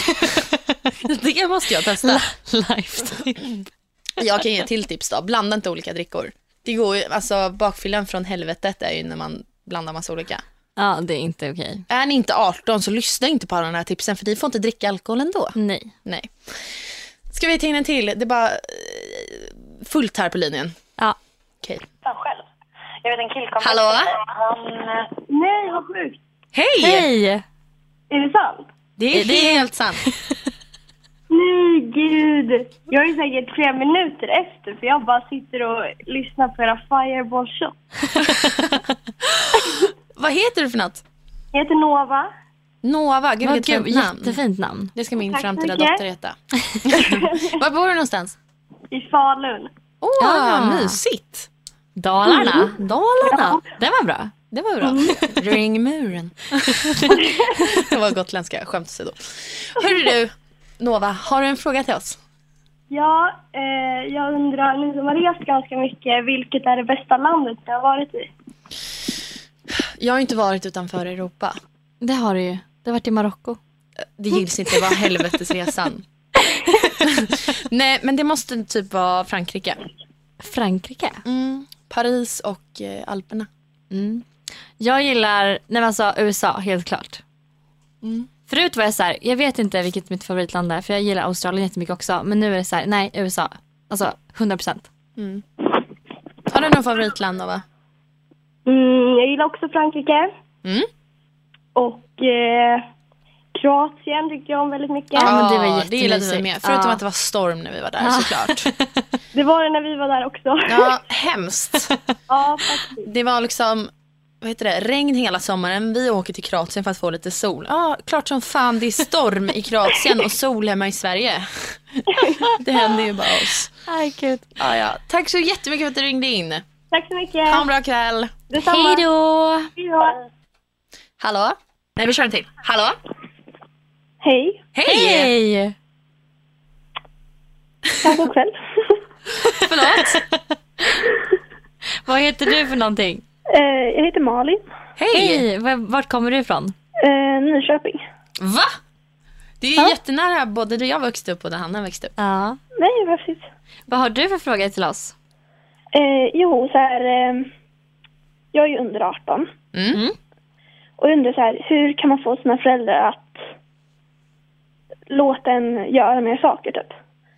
Det måste jag testa. Life. Jag kan ge till tips då, blanda inte olika drickor. Det går ju, alltså bakfyllan från helvetet är ju när man blandar massa olika. Ja, det är inte okej. Är ni inte arton så lyssna inte på alla de här tipsen för ni får inte dricka alkohol ändå. Nej. Nej. Ska vi ta in en till? Det är bara eh, fullt här på linjen. Ja. Okej. själv. Jag vet en killkompis. Hallå? Han... Nej, vad sjukt. Hej! Hej! Är det sant? Det är, det är helt sant. Nej, gud. Jag är säkert tre minuter efter för jag bara sitter och lyssnar på era fireball shot. Vad heter du för något? Jag heter Nova. Nova, gud Vad vilket kul, fint namn. jättefint namn. Det ska min Tack så framtida mycket. dotter heta. Var bor du någonstans? I Falun. Åh, Ah. mysigt. Dalarna. Dalarna. Det var bra. Det var bra. Ring muren. Det var gotländska skämt åsido. Hörru du, Nova, har du en fråga till oss? Ja, eh, jag undrar, ni som har rest ganska mycket, vilket är det bästa landet ni har varit i? Jag har inte varit utanför Europa. Det har du ju. Det har varit i Marocko. Det gills inte, vad helvetesresan. Nej, men det måste typ vara Frankrike. Frankrike? Mm, Paris och eh, Alperna. Mm. Jag gillar, nej men alltså U S A, helt klart. Mm. Förut var jag så här, jag vet inte vilket mitt favoritland är, för jag gillar Australien jättemycket också. Men nu är det så här, nej, U S A. Alltså, hundra procent. Mm. Har du någon favoritland då, va? Mm, jag gillar också Frankrike. Mm. Och eh, Kroatien tycker jag om väldigt mycket. Ja, men det var det gillade vi jättemysigt. med. Förutom Ja. att det var storm när vi var där, Ja. såklart. Det var det när vi var där också. Ja, hemskt. Ja, faktiskt. Det var liksom, vad heter det, regn hela sommaren. Vi åker till Kroatien för att få lite sol. Ja, klart som fan det är storm i Kroatien och sol hemma i Sverige. Det händer ju bara oss. Aj, gud. Ja, ja. Tack så jättemycket för att du ringde in. Tack så mycket. Ha en bra kväll. Detsamma. Hej då! Hej då. Hallå? Nej, vi kör en till. Hallå? Hej. Hej! Hej! Ja, god kväll. Förlåt? Vad heter du för någonting? eh, jag heter Malin. Hej! Hej! V- Vart kommer du ifrån? Eh, Nyköping. Va? Det är ju jättenära både där jag växte upp och där Hanna växte upp. Ja. Nej, precis. Vad har du för fråga till oss? Eh, jo, så här... Eh, jag är ju under arton. Mm. Mm. Och jag undrar så här, hur kan man få sina föräldrar att låta en göra mer saker, typ?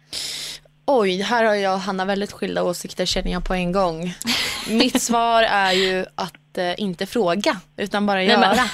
Oj, här har jag och Hanna väldigt skilda åsikter, känner jag på en gång. Mitt svar är ju att eh, inte fråga, utan bara göra. men-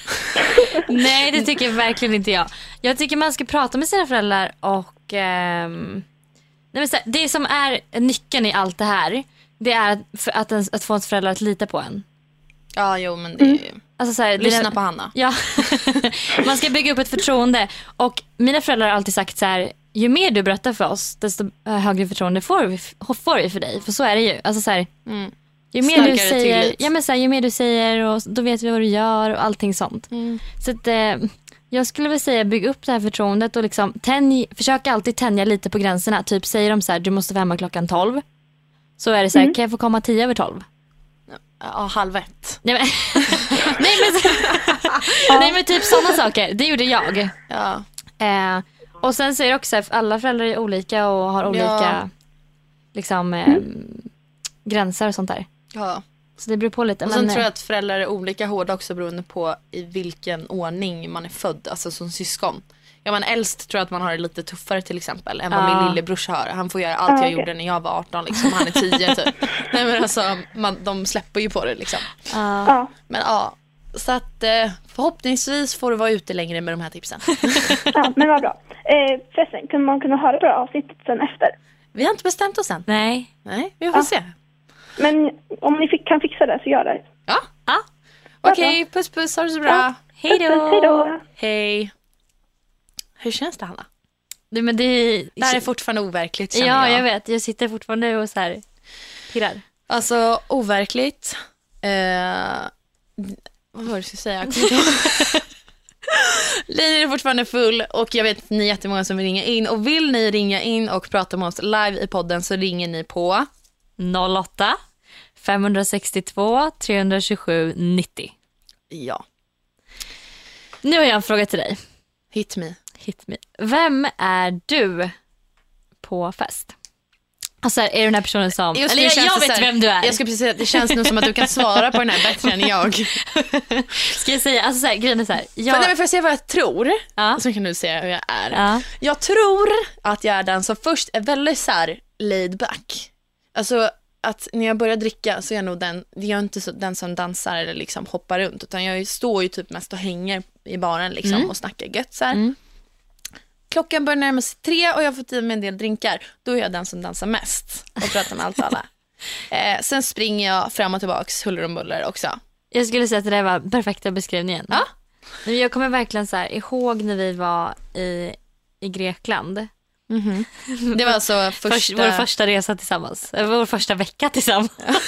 Nej, det tycker verkligen inte jag. Jag tycker man ska prata med sina föräldrar och... ehm, nej, men så här, det som är nyckeln i allt det här, det är att, för att, ens, att få ens föräldrar att lita på en. Ja, jo, men det är ju... Alltså, så här, Lyssna dina- på Hanna. Ja, man ska bygga upp ett förtroende. Och mina föräldrar har alltid sagt så här: ju mer du berättar för oss, desto högre förtroende får vi, får vi för dig. För så är det ju. Alltså så här, Mm. ju mer Starkare du säger, tillit. ja, men så här, ju mer du säger, och då vet vi vad du gör och allting sånt. Mm. Så att, eh, jag skulle väl säga bygga upp det här förtroendet och liksom tänj, försöka alltid tänja lite på gränserna. Typ säger de så här, du måste vara hemma klockan tolv. Så är det så här, kan jag få komma tio över tolv? Ja, halv ett. Nej men, nej, men, nej men typ sådana saker. Det gjorde jag. Ja. Eh, och sen så är det också att alla föräldrar är olika och har olika Ja. liksom eh, gränser och sånt där. Ja. Så det beror på lite. Och sen men, tror jag att föräldrar är olika hårda också beroende på i vilken ordning man är född, alltså som syskon. Ja, men äldst tror jag att man har det lite tuffare till exempel än vad Ja. min lillebrors har. Han får göra allt Ah, jag okej. gjorde när jag var arton liksom. Han är tio typ. Nej, men alltså, man, de släpper ju på det liksom. ja. Ja. Men ja, så att eh, förhoppningsvis får du vara ute längre med de här tipsen. Ja, men vad bra. Eh, förresten, kunde man kunna höra på det här avsnittet sen efter? Vi har inte bestämt oss än. Nej. Nej, vi får Ja. se. Men om ni fick, kan fixa det så gör det. Ja, Ja. okej, puss puss, ha det så bra. Ja. Hej då. Hej då. Hej. Hur känns det, Hanna? Nej, men det, Det här är fortfarande overkligt, känner ja, jag. jag vet. Jag sitter fortfarande och så här pirrar. Alltså, overkligt. Eh, vad var det jag skulle säga? Jag kommer inte ihåg. Linjen är fortfarande full och jag vet att ni är jättemånga som vill ringa in. Och vill ni ringa in och prata med oss live i podden så ringer ni på... noll åtta fem sex två tre two sju nittio. Ja, Nu har jag en fråga till dig. hit me. Hit me. Vem är du på fest? Alltså är du den här personen som... Just Eller nu jag, känns jag det vet så här- vem du är. Jag skulle precis säga att det känns nu som att du kan svara på den här bättre än jag. Ska jag säga, alltså så här, grejen är så här. För, Jag, nej, men får jag säga vad jag tror? Ja. Så kan du säga hur jag är. Ja. Jag tror att jag är den som först är väldigt så här laid back. Alltså att när jag börjar dricka så är jag nog den, jag är inte så, den som dansar eller liksom hoppar runt, utan jag står ju typ mest och hänger i baren liksom Mm. och snackar gött så här. Mm. Klockan börjar närma sig tre och jag har fått i mig en del drinkar. Då är jag den som dansar mest och pratar med allt och alla. Eh, sen springer jag fram och tillbaks huller om buller också. jag skulle säga att det där var perfekta beskrivningen. Ja. Men jag kommer verkligen så här ihåg när vi var i, i Grekland. Det var alltså Första... första... Vår första resa tillsammans. Eh, Vår första vecka tillsammans.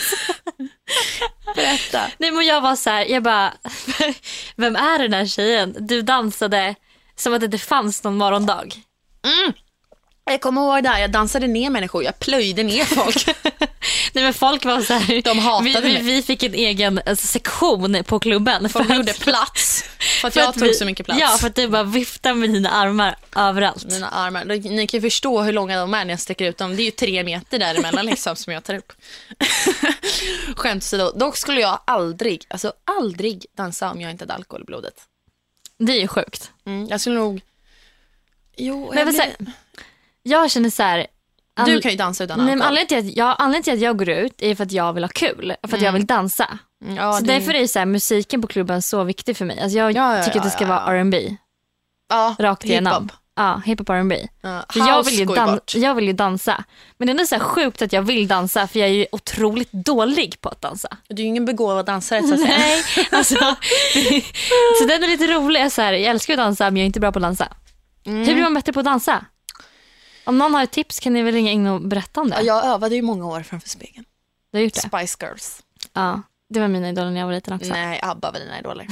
Berätta. Nej, men jag var så här, jag bara, vem är den här tjejen? Du dansade som att det inte fanns någon morgondag. Mm. Jag kommer ihåg där, jag dansade ner människor, jag plöjde ner folk. Nej, men folk var så här, De hatade vi, vi, mig. vi fick en egen alltså, sektion på klubben. Folk för gjorde att- plats för att för jag att tog vi- så mycket plats. Ja, för att du bara viftar med dina armar överallt. Mina armar. Ni kan ju förstå hur långa de är när jag sträcker ut dem. Det är ju tre meter däremellan liksom som jag tar upp. Skämt åsido. Dock skulle jag aldrig, alltså aldrig dansa om jag inte hade alkohol i blodet. Det är ju sjukt. Mm, jag skulle nog... Jo, Men jag jag, blir... säga, jag känner så här... Du an- kan ju dansa utan Nej, men alkohol. anledningen till, att jag, anledningen till att jag går ut är för att jag vill ha kul. För att jag vill dansa. Mm, ja, så det... därför är så här, musiken på klubben så viktig för mig. Alltså jag Ja, ja, tycker ja, att det ska ja, vara ja. R and B. ja, Rakt igenom. hiphop. Ja, hiphop R and B. Ja, För jag house vill, ju går ju dan- bort. jag vill ju dansa. Men det är ändå så här sjukt att jag vill dansa. För jag är ju otroligt dålig på att dansa. Du är ju ingen begåvad dansare så att säga. Nej, alltså. Så den är lite rolig. Så här, jag älskar att dansa men jag är inte bra på att dansa. Mm. Hur blir man bättre på att dansa? Om någon har ett tips kan ni väl ringa in och berätta om det. Ja, jag övade ju många år framför spegeln. Du har gjort det? Spice Girls. Ja, det var mina idoler när jag var liten också. Nej, ABBA var dina idoler.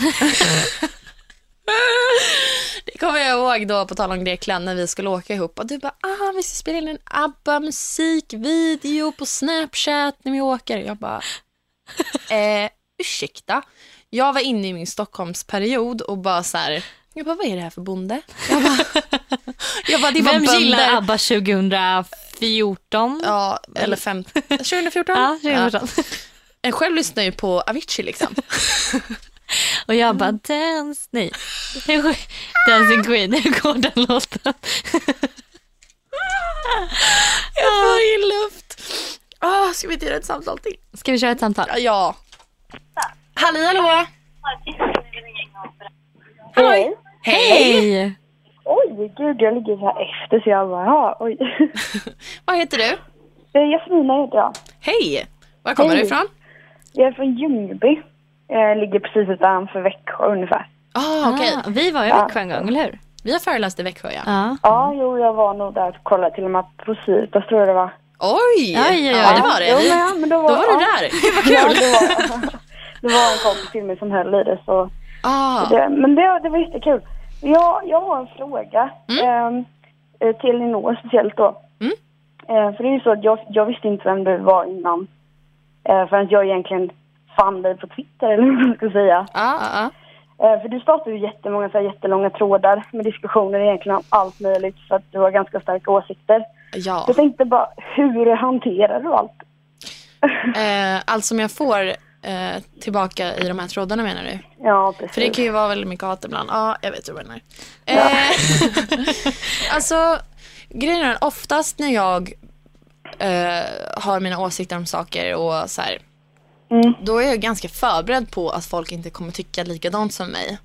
Det kommer jag ihåg då på tal om Grekland när vi skulle åka ihop. Och du bara, ah, vi ska spela in en ABBA-musikvideo på Snapchat när vi åker. Jag bara, eh, ursäkta. Jag var inne i min Stockholmsperiod och bara så här, jag bara, vad är det här för bonde? Jag bara, jag bara det var Vem bönder. gillar ABBA tjugofjorton? Ja, eller fem, tjugofjorton? Ja, tjugofjorton. Ja. En själv lyssnar ju på Avicii liksom. Och jag bara, dance, nej. Dancing Queen, hur går den låten? Jag får i luft. Ah, ska vi inte göra ett samtal till? Ska vi köra ett samtal? Ja, ja. Halli, hallå. Hej. Hej! Oj, gud, jag ligger så här efter så jag bara, ja, oj. Vad heter du? Eh, Jasmina heter jag. Hej. Var kommer Hej. du ifrån? Jag är från Ljungby. Jag ligger precis utanför Växjö ungefär. Ah, okej. Ah, vi var i Ja. Växjö en gång, eller hur? Vi har föreläst i Växjö, ja. Ja. Ja, jo, jag var nog där och kollade till och med på Citas, tror jag det var. Oj! Oj, oj, oj. Ja, det var det. Jo, Vi... men, ja, men då var, Då var du ja. där. Gud, vad Ja, kul. det var, det var en kompis till mig som höll i det, så... Ah. Det, men det, det var jättekul. Jag, jag har en fråga Mm. eh, till Elinor speciellt då. Mm. Eh, för det är ju så att jag, jag visste inte vem du var innan. Eh, förrän jag egentligen fann dig på Twitter, eller hur man ska säga. Ah, ah, ah. Eh, för du startade ju jättemånga så här, jättelånga trådar med diskussioner egentligen om allt möjligt. För att du har ganska starka åsikter. Ja. Jag tänkte bara, hur hanterar du allt? Eh, allt som jag får eh, tillbaka i de här trådarna, menar du? Ja, precis. För det kan ju vara väldigt mycket hat ibland. Ja, jag vet hur det är. Eh, alltså, grejen är oftast när jag eh, har mina åsikter om saker och så här, Mm. då är jag ganska förberedd på att folk inte kommer tycka likadant som mig.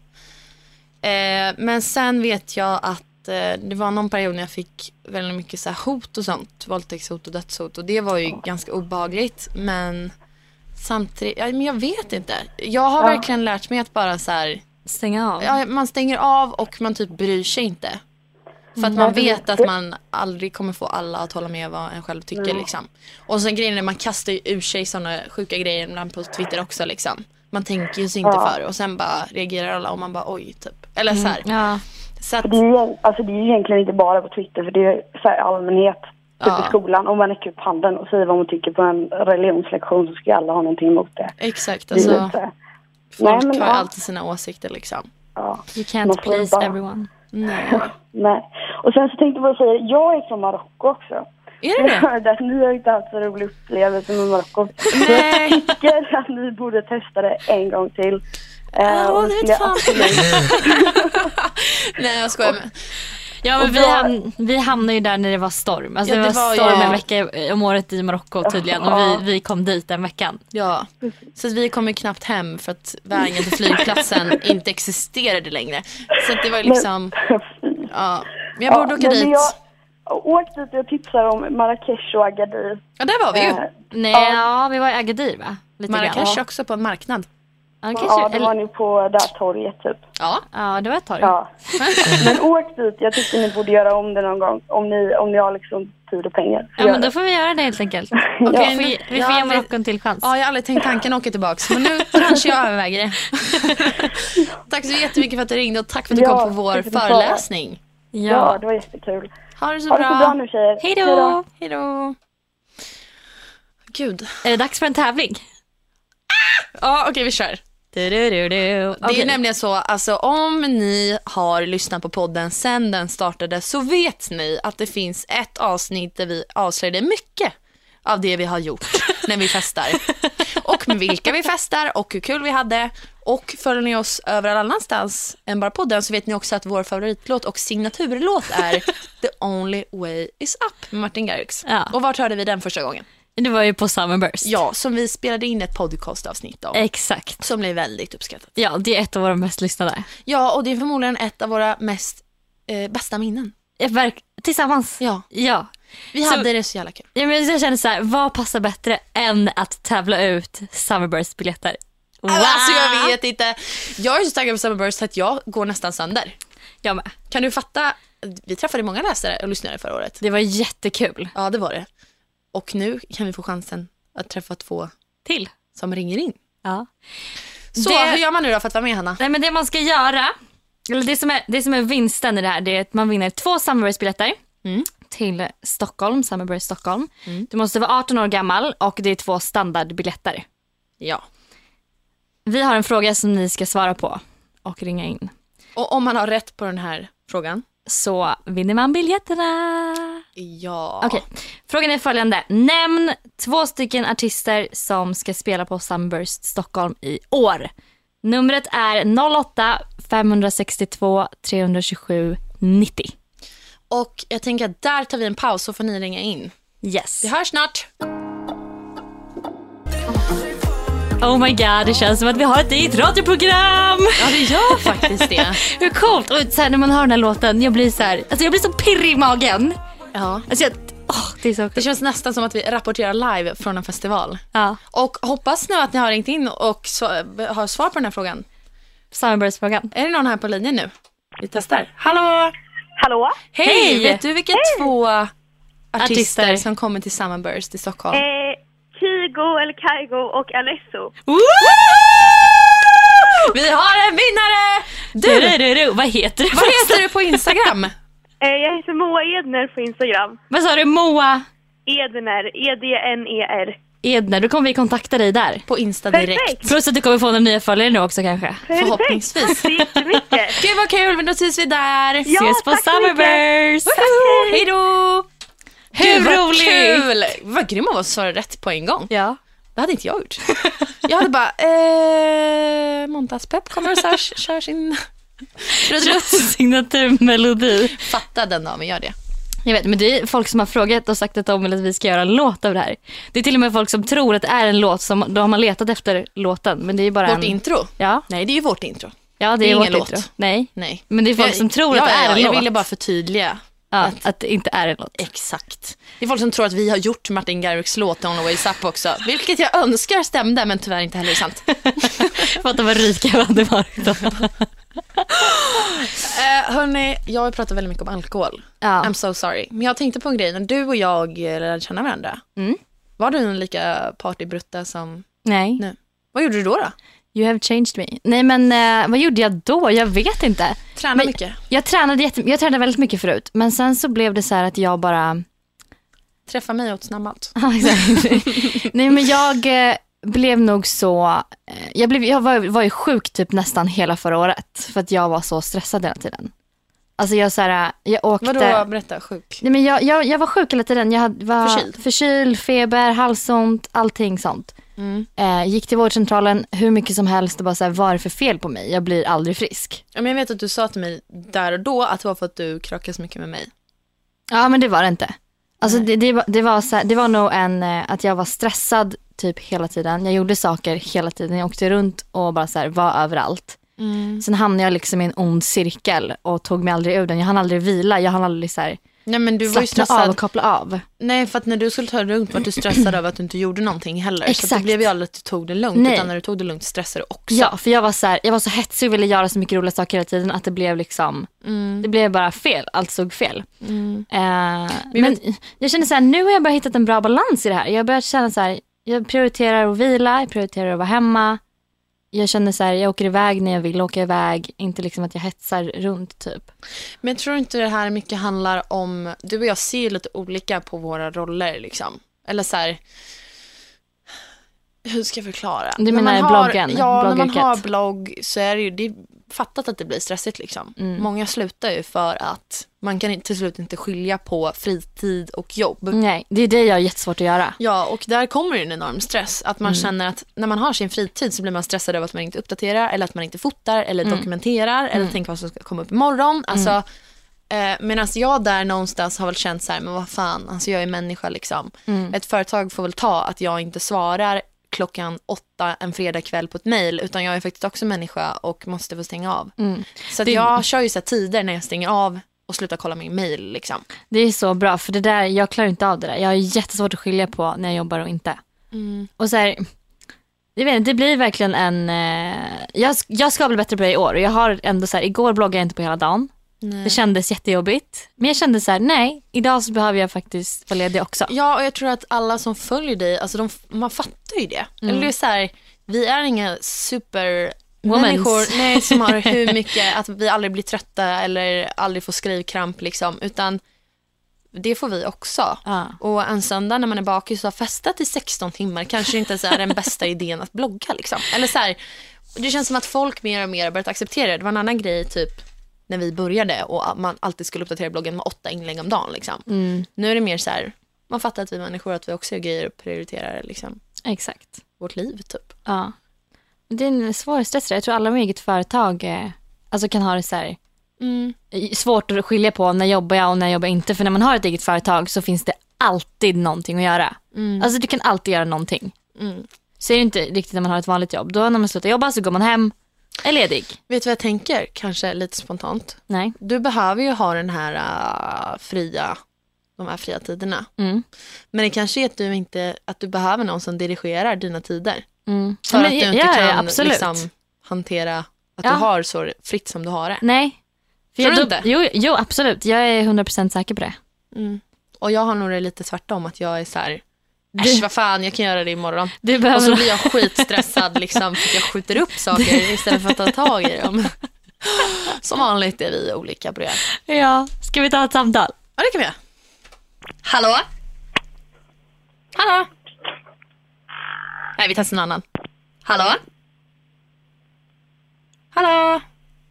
Eh, men sen vet jag att eh, det var någon period när jag fick väldigt mycket så här hot och sånt. Våldtäktshot och dödshot. Och det var ju ganska obehagligt. Men samtidigt, ja, men jag vet inte. Jag har Ja. verkligen lärt mig att bara så här, Stänga av. ja, man stänger av och man typ bryr sig inte. För att man vet att man aldrig kommer få alla att hålla med vad en själv tycker liksom. Och sen grejen är, man kastar ju ur sig såna sjuka grejer ibland på Twitter också liksom. Man tänker ju sig inte Ja. för och sen bara reagerar alla och man bara oj typ. Eller så här. Ja. Så att, För det, är ju, alltså det är ju egentligen inte bara på Twitter, för det är ju så här allmänhet. Typ Ja. i skolan, om man räcker upp handen och säger vad man tycker på en religionslektion, så ska alla ha någonting emot det. exakt, Det är ju alltså, inte, folk Nej, men har ja. alltid sina åsikter liksom. ja, You can't Man får please bara- everyone. Nej. nej. Och sen så tänkte jag bara säga, jag är från Marocko också. Är det Jag det? hörde att ni har inte haft så rolig upplevelse med Marocko. Nej. Jag tycker att ni borde testa det en gång till. Eh, Ja, och det skulle vet jag fan. absolut- Nej, jag skojar med. Ja, men Och vi, då- ham- vi hamnade ju där när det var storm. Alltså Ja, det, det var var ju- storm en vecka om året i Marocko tydligen. Och vi, vi kom dit den veckan. Ja, så att vi kom ju knappt hem för att vägen till flygplatsen inte existerade längre. Så att det var liksom, ja. Men jag borde åka men dit. Jag åkte dit och tipsade om Marrakesh och Agadir. Ja, där var vi ju. Eh, Nej, Ja. ja, vi var i Agadir va? Lite Marrakesh grann. också på en marknad. Ja, kanske, Ja, det var eller, ni på det här torget typ. Ja. ja, det var ett tag. Ja. Men åk dit, jag tycker ni borde göra om det någon gång. Om ni, om ni har liksom tid och pengar. Så Ja, gör men då det. får vi göra det helt enkelt. Okej, Vi får, nu- ge- vi jag får har ge aldrig- Marocko en till chans. Ja, jag har aldrig tänkt tanken att åka tillbaks. Men nu kanske jag överväger det. Tack så jättemycket för att du ringde och tack för att du Ja, kom på vår tack för att du föreläsning. Ja, det var jättekul. Ha det så Ha det bra. så bra nu tjejer. Hej då! Hej då. Gud. Är det dags för en tävling? Ja, okej, vi kör. Du, du, du, du. Det Okej. är nämligen så, alltså om ni har lyssnat på podden sen den startade så vet ni att det finns ett avsnitt där vi avslöjade mycket av det vi har gjort när vi festar. Och med vilka vi festar och hur kul vi hade. Och följer ni oss över alla annanstans än bara podden så vet ni också att vår favoritlåt och signaturlåt är The Only Way Is Up med Martin Garrix. Ja. Och vart hörde vi den första gången? Det var ju på Summerburst. Ja, som vi spelade in ett podcastavsnitt om. Exakt. Som blev väldigt uppskattat. Ja, det är ett av våra mest lyssnade. Ja, och det är förmodligen ett av våra mest eh, bästa minnen. Jag verk- Tillsammans. Ja, Ja. vi Så- hade det så jävla kul. Ja, men jag känner så här, vad passar bättre än att tävla ut Summerburst-biljetter? Wow. Alltså jag vet inte. Jag är så taggad på Summerburst att jag går nästan sönder. Jag med. Kan du fatta? Vi träffade många läsare och lyssnare förra året. Det var jättekul. Ja, det var det. Och nu kan vi få chansen att träffa två Till. som ringer in. Ja. Så Det- hur gör man nu då för att vara med, Hanna? Nej, men det man ska göra, eller det som är, det som är vinsten i det här, det är att man vinner två Summerburst-biljetter Mm. till Stockholm, Summerburst Stockholm. Du måste vara arton år gammal och det är två standardbiljetter. Ja. Vi har en fråga som ni ska svara på och ringa in. Och om man har rätt på den här frågan? Så vinner man biljetterna. Ja. Okej, frågan är följande. Nämn två stycken artister som ska spela på Summerburst Stockholm i år. Numret är noll åtta fem sex två tre två sju nittio. Och jag tänker att där tar vi en paus så får ni ringa in. Yes. Vi hörs snart. Oh my god, det känns som att vi har ett eget radioprogram. Ja, det gör faktiskt det. Hur coolt. Och så här, när man hör den här låten, jag blir så här, alltså jag blir så pirrig i magen. Ja. Alltså jag, åh, det är så Det coolt. känns nästan som att vi rapporterar live från en festival. Ja, Och hoppas nu att ni har ringt in och sv- har svar på den här frågan. Summerburst-frågan. Är det någon här på linjen nu? Vi testar. Hallå! Hallå? Hej! Hej! Vet du vilka två artister, Artister. som kommer till Summerburst i Stockholm? Eh, Kygo, eller Kaigo och Alesso. Vi har en vinnare! Du, Du, du, du, du. Vad heter du? vad heter du på Instagram? Eh, jag heter Moa Edner på Instagram. Vad sa du? Moa Edner, E D N E R. Edner, då kommer vi kontakta dig där. På Insta direkt. Perfekt. Plus att du kommer få några nya följare nu också kanske. Förhoppningsvis. Tack så jättemycket. Gud vad kul, men då ses vi där. Ja, Ses på tack så mycket. Summerburst! Woho! Hej då! Hur Gud, vad roligt! kul! Vad grym av oss att svara rätt på en gång. Ja. Det hade inte jag gjort. Jag hade bara, eh, Måndagspepp kommer och så här, kör sin trudelutt. Signaturmelodi. Fatta den dagen vi gör det. Jag vet, men det är folk som har frågat och sagt att de vill att vi ska göra en låt av det här. Det är till och med folk som tror att det är en låt, som då har man letat efter låten. Men det är bara Vårt en... intro. Ja, Nej, det är ju vårt intro. ja, det, Det är är vårt ingen intro. låt. Nej, Nej. men det är folk Jag- som tror ja, att det är ja, en Jag låt. ville bara förtydliga. Ja, att... att det inte är en låt. Exakt. Det är folk som tror att vi har gjort Martin Garrix låt On the Ways Up också. Vilket jag önskar stämde, men tyvärr inte heller sant. För att de var rika vad det var. Eh, hörni, jag har pratat väldigt mycket om alkohol. Ja. I'm so sorry. Men jag tänkte på en grej. När du och jag lärde känna varandra. Mm. Var du en lika partybrutta som Nej. nu? Vad gjorde du då då? You have changed me. Nej, men eh, vad gjorde jag då? Jag vet inte. Träna Men- mycket. Jag tränade, jätte... jag tränade väldigt mycket förut. Men sen så blev det så här att jag bara... Träffa mig åt snabbmat. Ja, exakt. Nej, men jag eh, blev nog så... Eh, jag, blev, jag var, var ju sjuk typ nästan hela förra året. För att jag var så stressad hela tiden. Alltså jag så här, jag åkte... Vadå, berätta, sjuk? Nej, men jag, jag, jag var sjuk hela tiden. Jag hade, var Förkyld. förkyld, feber, halsont, allting sånt. Mm. Eh, gick till vårdcentralen hur mycket som helst och bara så här, vad är det för fel på mig? Jag blir aldrig frisk. Ja, men jag vet att du sa till mig där och då att det var för att du krökade så mycket med mig. Ja, men det var det inte. Alltså det, det, var, det, var så här, det var nog en, eh, att jag var stressad typ hela tiden. Jag gjorde saker hela tiden. Jag åkte runt och bara så här, var överallt. Mm. Sen hamnade jag liksom i en ond cirkel och tog mig aldrig ur den. Jag hann aldrig vila. Jag hann aldrig så här, Nej, men du var ju slappna av stressad. och koppla av. Nej, för att när du skulle ta det lugnt var du stressad över att du inte gjorde någonting heller. Så att Exakt. det blev ju aldrig att du tog det lugnt. Nej. Utan när du tog det lugnt stressade du också. Ja, för jag var så här, jag var så hetsig och ville göra så mycket roliga saker hela tiden att det blev liksom, Mm. det blev bara fel. Allt såg fel. Mm. Eh, men jag känner så här, nu har jag bara hittat en bra balans i det här. Jag börjar känna så här, jag prioriterar att vila, jag prioriterar att vara hemma. jag känner så här, jag åker iväg när jag vill åka iväg. Inte liksom att jag hetsar runt typ. Men jag tror inte det här mycket handlar om... Du och jag ser lite olika på våra roller liksom. Eller så här... Hur ska jag förklara? Du menar när man har, bloggen? Ja, när man Bloggyrket. har blogg så är det ju... Det är fattat att det blir stressigt liksom. Mm. Många slutar ju för att man kan till slut inte skilja på fritid och jobb. Nej, det är det jag har jättesvårt att göra. Ja, och där kommer ju en enorm stress. Att man mm. känner att när man har sin fritid så blir man stressad över att man inte uppdaterar eller att man inte fotar eller mm. dokumenterar eller Mm. tänker vad som ska komma upp imorgon. Alltså, mm. eh, medan jag där någonstans har väl känt så här, men vad fan, alltså jag är människa liksom. Mm. Ett företag får väl ta att jag inte svarar klockan åtta en fredagkväll på ett mejl, utan jag är faktiskt också människa och måste få stänga av. Mm. Så att det... jag kör ju så här tider när jag stänger av och slutar kolla min mejl liksom. Det är så bra, för det där, jag klarar inte av det där. Jag har jättesvårt att skilja på när jag jobbar och inte. Mm. Och så här, jag vet inte, det blir verkligen en... Eh, jag, jag ska bli bättre på det i år. Jag har ändå så här, igår bloggade jag inte på hela dagen. Nej. Det kändes jättejobbigt. Men jag kände så här, nej, idag så behöver jag faktiskt vara ledig också. Ja, och jag tror att alla som följer dig, alltså de, man fattar ju det. Mm. Eller det är så här, vi är inga super människor nej, som har hur mycket, att vi aldrig blir trötta eller aldrig får skrivkramp liksom, utan det får vi också. Ah. Och en söndag när man är bakis och har festat i sexton timmar kanske inte så är den bästa idén att blogga liksom. Eller så här, det känns som att folk mer och mer har börjat acceptera det. Det var en annan grej typ när vi började och man alltid skulle uppdatera bloggen med åtta inlägg om dagen liksom. Mm. Nu är det mer så här, man fattar att vi människor att vi också gör grejer och prioriterar liksom. Exakt. Vårt liv typ. Ja. Det är en svår stress. Jag tror alla med eget företag eh, alltså kan ha det så här mm. svårt att skilja på när jobbar jag och när jag jobbar inte. För när man har ett eget företag så finns det alltid någonting att göra. Mm. Alltså du kan alltid göra någonting. Mm. Så är det inte riktigt när man har ett vanligt jobb. Då när man slutar jobba så går man hem, är ledig. Vet du vad jag tänker? Kanske lite spontant. Nej. Du behöver ju ha den här uh, fria, de här fria tiderna. Mm. Men det kanske är att du inte, att du behöver någon som dirigerar dina tider. Mm. För men, att du inte ja, kan ja, liksom, hantera att ja. du har så fritt som du har det. Nej. För jag, du inte? Jo, jo, absolut. Jag är hundra procent säker på det. Mm. Och jag har nog det lite tvärtom, att jag är så här, äsch, vad fan, jag kan göra det imorgon. Du behöver... Och så blir jag skitstressad liksom, för att jag skjuter upp saker istället för att ta tag i dem. Som vanligt är vi olika på det. Ja, ska vi ta ett samtal? Ja, det kan vi göra. Hallå? Hallå? Nej, vi testar en annan. Hallå? Hallå?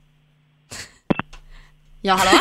Ja, hallå?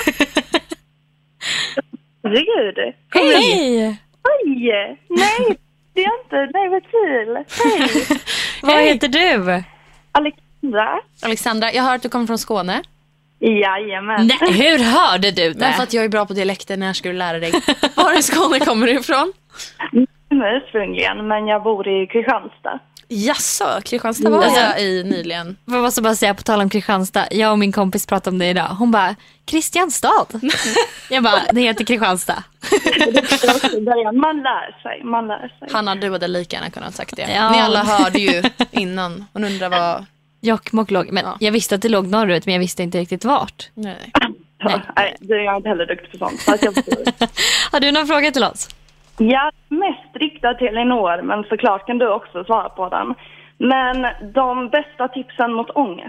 Herregud. Hej! Oj! Nej, det är inte. Nej, vad kul. Hej! Vad heter du? Alexandra. Alexandra, jag har hört att du kommer från Skåne. Jajamän. Nej, hur hörde du det? Men för att jag är bra på dialekter, när ska du lära dig? Var i Skåne kommer du ifrån? Ursprungligen, men jag bor i Kristianstad. Jaså, Kristianstad var alltså, jag i nyligen. Jag måste bara säga, på tal om Kristianstad, jag och min kompis pratade om det idag. Hon bara, Kristianstad? Jag bara, det heter Kristianstad. Man lär sig, man lär sig. Hanna, du hade lika gärna kunnat sagt det. Ja. Ni alla hörde ju innan. Hon undrar vad... Jokkmokk låg, men ja. Jag visste att det låg norrut, men jag visste inte riktigt vart. Nej. Nej. Nej, det är jag inte heller duktig på sånt. Så jag har du någon fråga till oss? Ja, mest riktad till Elinor, men såklart kan du också svara på den. Men de bästa tipsen mot ångest?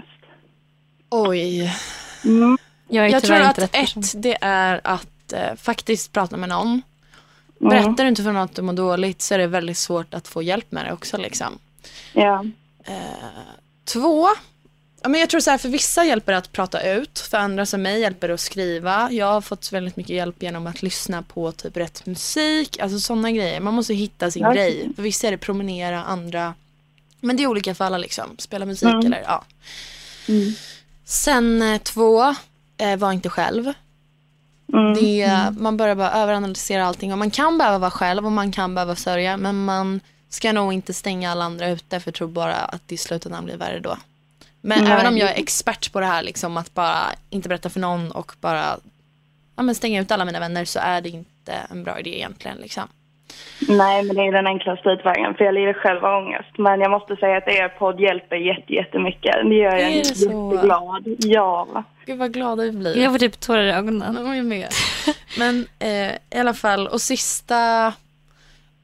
Oj. Mm. Jag, jag tror att ett, det är att eh, faktiskt prata med någon. Mm. Berättar du inte för någon att du mår dåligt så är det väldigt svårt att få hjälp med det också liksom. Ja. Eh, två, ja, men jag tror så här, för vissa hjälper det att prata ut, för andra som mig hjälper det att skriva. Jag har fått väldigt mycket hjälp genom att lyssna på typ rätt musik, alltså sådana grejer. Man måste hitta sin ja. grej. För vissa är det promenera, andra, men det är olika för alla liksom. Spela musik mm. eller ja. Mm. Sen eh, två, eh, var inte själv. Mm. Det, mm. Man börjar bara överanalysera allting, och man kan behöva vara själv och man kan behöva sörja, men man ska nog inte stänga alla andra ute, för jag tror bara att det i slutändan blir värre då. Men Nej. även om jag är expert på det här liksom, att bara inte berätta för någon och bara ja, men stänga ut alla mina vänner, så är det inte en bra idé egentligen liksom. Nej, men det är den enklaste utvägen, för jag lider själv av ångest. Men jag måste säga att er podd hjälper jätte, jättemycket. Det gör jag jätteglad. Ja. Gud vad glada vi blir. Jag får typ tårar i ögonen. Jag är med. Men eh, i alla fall, och sista...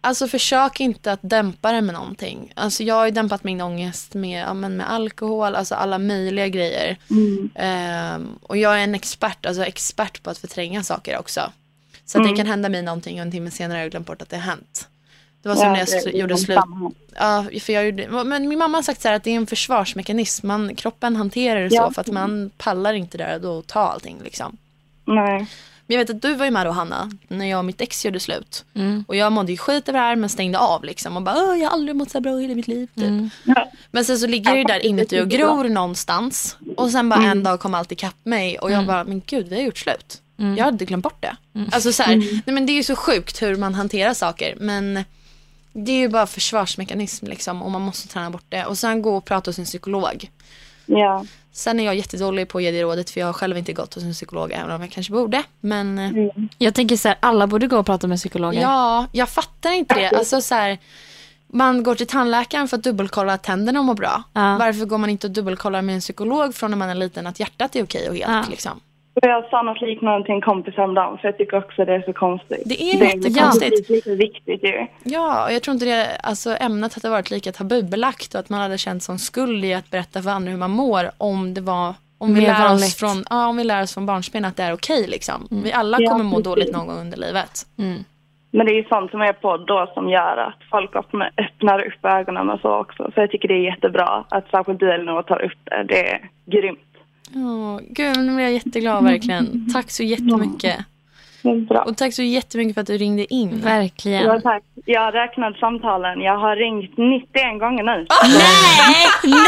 Alltså försök inte att dämpa det med någonting. Alltså jag har ju dämpat min ångest med, ja, men med alkohol, alltså alla möjliga grejer. Mm. Um, och jag är en expert, alltså expert på att förtränga saker också. Så att mm. det kan hända mig någonting och en timme senare har jag glömt bort att det har hänt. Det var som ja, när jag det, det gjorde slut. Ja, för jag gjorde, men min mamma har sagt så här att det är en försvarsmekanism. Man, kroppen hanterar det så ja. för att man pallar inte där då och ta allting liksom. Nej. Men jag vet att du var ju med då, Hanna, när jag och mitt ex gjorde slut. Mm. Och jag mådde ju skit över det här men stängde av liksom. Och bara, Åh, jag har aldrig mått så bra i hela mitt liv typ. Mm. Ja. Men sen så ligger det ju där inuti och gror någonstans. Och sen bara mm. en dag kom allt ikapp mig. Och jag mm. bara, men gud, vi har gjort slut. Mm. Jag hade glömt bort det. Mm. Alltså så här, mm. nej, men det är ju så sjukt hur man hanterar saker. Men det är ju bara försvarsmekanism liksom. Och man måste träna bort det. Och sen gå och prata hos en psykolog. Ja. Sen är jag jättedålig på att ge det rådet. För jag har själv inte gått hos en psykolog. Även om jag kanske borde. Men mm. jag tänker så här, alla borde gå och prata med psykologer. Ja, jag fattar inte det. Alltså så här, man går till tandläkaren för att dubbelkolla att tänderna mår bra. Ja. Varför går man inte och dubbelkollar med en psykolog från när man är liten att hjärtat är okej och helt ja. liksom? Jag sa något liknande till en kompis häromdagen, för jag tycker också det är så konstigt. Det är det jättekonstigt. Det är lite viktigt ju. Ja, och jag tror inte det, alltså ämnet hade varit lika tabubelagt och att man hade känt som skuld i att berätta för andra hur man mår om det var om vi lär oss från ja, om vi lär oss från barnsben att det är okej liksom. Mm. Vi alla kommer ja, må dåligt någon gång under livet. Mm. Men det är ju sånt som är på då som gör att folk öppnar, öppnar upp ögonen och så också. Så jag tycker det är jättebra att särskilt du eller någon tar upp det. Det är grymt. Åh, gud, nu blir jag jätteglad verkligen. Tack så jättemycket. Bra. Och tack så jättemycket för att du ringde in. Verkligen. Ja, tack. Jag har räknat samtalen. Jag har ringt nittioen gånger nu. Oh, nej!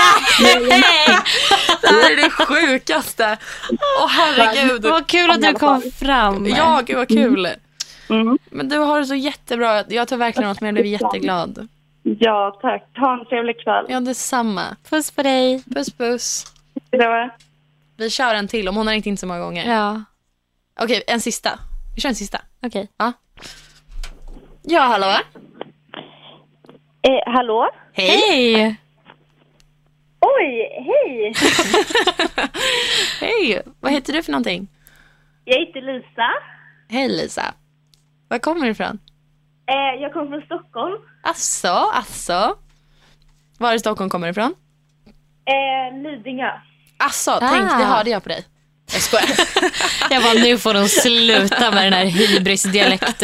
Nej! Det här är det sjukaste. Åh, oh, herregud. Vad kul att du kom fram. Ja, gud vad kul. Mm. Men du har det så jättebra. Jag tar verkligen åt mig. Jag blev jätteglad. Ja, tack. Ha en trevlig kväll. Ja, detsamma. Puss på dig. Puss, puss. Det Vi kör en till om hon har ringt in så många gånger. Ja. Okej, en sista. Vi kör en sista. Okej. Ja. Ja, hallå? Eh, hallå? Hej. Hej. Oj, hej. Hej. Vad heter du för någonting? Jag heter Lisa. Hej Lisa. Var kommer du ifrån? Eh, jag kommer från Stockholm. Asså, asså. Var i Stockholm kommer du ifrån? Eh, Lidingö. Asså, ah. tänk, det hörde jag på dig. Jag skojar. Jag bara, nu får de sluta med den här hybrisdialekt.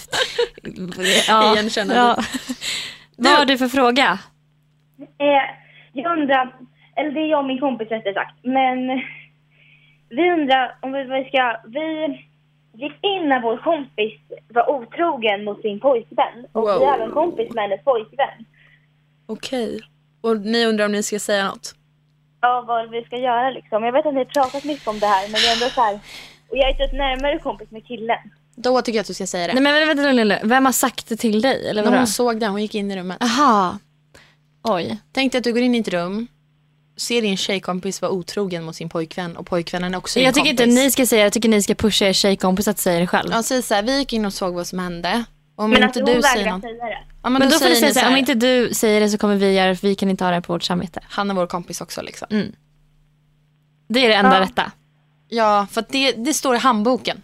Ja. Ja. Vad har du för fråga? Eh, jag undrar, eller det är jag och min kompis rättare sagt, men vi undrar om vi, vi ska, vi gick in när vår kompis var otrogen mot sin pojkvän. Och wow. Vi är en kompis med hennes pojkvän. Okej. Och ni undrar om ni ska säga något? Ja, vad vi ska göra liksom. Jag vet att ni har pratat mycket om det här, men det är ändå så här. Och jag är ett närmare kompis med killen. Då tycker jag att du ska säga det. Nej, men vänta, vänta, vem har sagt det till dig? Eller När hon såg det, hon gick in i rummet. Aha. Oj. Tänk dig att du går in i ett rum, ser din tjejkompis vara otrogen mot sin pojkvän och pojkvännen är också Jag en tycker kompis. inte ni ska säga, jag tycker ni ska pusha er tjejkompis att säga det själv. Ja, säg så här, vi gick in och såg vad som hände. Om men inte alltså, du säger något. säga det. Ja, men, men då, då får du säga så här, här, om inte du säger det så kommer vi göra det, för vi kan inte ha det på vårt samvete. Han är vår kompis också liksom. Mm. Det är det enda ja. rätta. Ja, för att det, det står i handboken.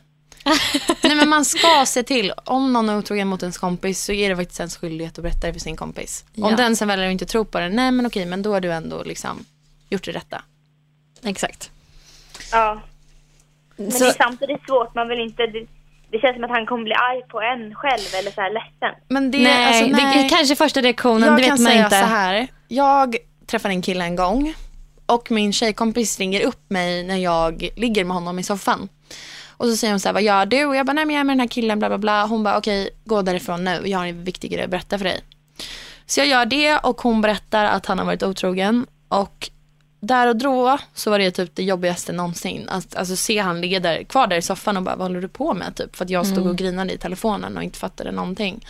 Nej, men man ska se till, om någon är otrogen mot ens kompis så är det faktiskt ens skyldighet att berätta det för sin kompis. Ja. Om den sen väljer att inte tro på det, nej men okej, men då har du ändå liksom gjort det rätta. Exakt. Ja. Men så... det är samtidigt svårt, man vill inte... Det, det känns som att han kommer bli arg på en själv eller så här ledsen. Men det, nej, alltså, nej. det är kanske första reaktionen, jag det vet kan man säga inte. Så här, jag träffade en kille en gång och min tjejkompis ringer upp mig när jag ligger med honom i soffan. Och så säger hon så här, vad gör du? Och jag bara, nej men jag är med den här killen, bla bla bla. Hon bara, okej, gå därifrån nu. Jag har en viktigare att berätta för dig. Så jag gör det och hon berättar att han har varit otrogen. Och där och då så var det typ det jobbigaste någonsin. Att, alltså se han ligga där, kvar där i soffan och bara, vad håller du på med? Typ, för att jag stod mm. och grinade i telefonen och inte fattade någonting.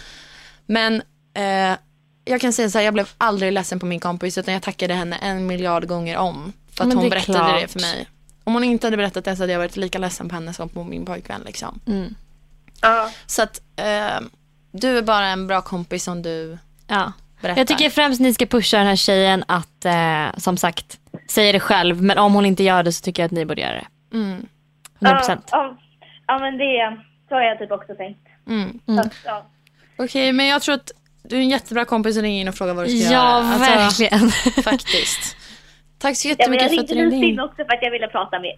Men eh, jag kan säga så här, jag blev aldrig ledsen på min kompis utan jag tackade henne en miljard gånger om. För att men hon det berättade klart. det för mig. Om hon inte hade berättat det så hade jag varit lika ledsen på henne som på min pojkvän liksom. Mm. Ja. Så att eh, du är bara en bra kompis som du ja. berättar. Jag tycker främst ni ska pusha den här tjejen att eh, som sagt säga det själv. Men om hon inte gör det så tycker jag att ni borde göra det. Mm. hundra procent. Ja, ja, ja, men det så har jag typ också tänkt. Mm. Mm. Så, ja. Okej, men jag tror att du är en jättebra kompis som ringer in och frågar vad du ska Ja, göra. Alltså, verkligen. faktiskt. Tack så Ja, men jättemycket jag för att du ringde ringde en in. stund också för att jag ville prata mer.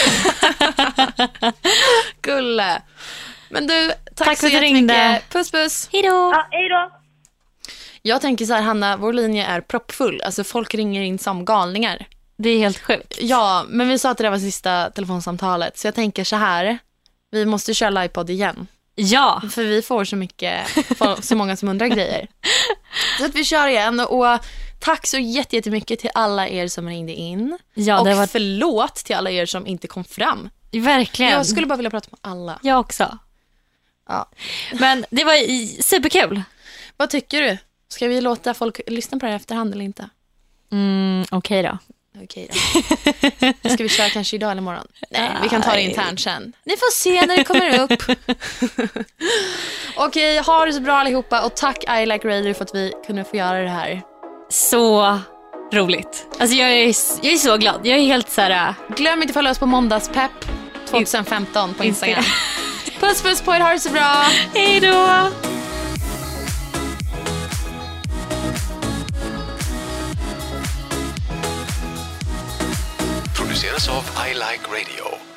Gulle. Men du, tack, Tack så för att du jättemycket. ringde. Puss, puss. Hej då. Ja, hej då. Jag tänker så här, Hanna, vår linje är proppfull. Alltså folk ringer in som galningar. Det är helt sjukt. Ja, men vi sa att det var sista telefonsamtalet. Så jag tänker så här, vi måste köra livepodd igen. Ja. För vi får så mycket, så många som undrar grejer. Så att vi kör igen. Och tack så jättemycket till alla er som ringde in. Ja, och det var förlåt till alla er som inte kom fram. verkligen. Jag skulle bara vilja prata med alla. Jag också. Ja. Men det var i- superkul. Vad tycker du? Ska vi låta folk lyssna på det här efterhand eller inte? Mm, okej då. Okej då. Ska vi köra kanske idag eller imorgon? Nej, vi kan ta det internt sen. Ni får se när det kommer upp. Okej, ha det så bra allihopa. Och tack I Like Radio för att vi kunde få göra det här. Så roligt. Alltså jag är, jag är så glad. Jag är helt så här. Glöm inte att följa oss på Måndagspepp tjugo femton på Instagram. Puss puss på er, ha det så bra. Hej då. Produceras av I Like Radio.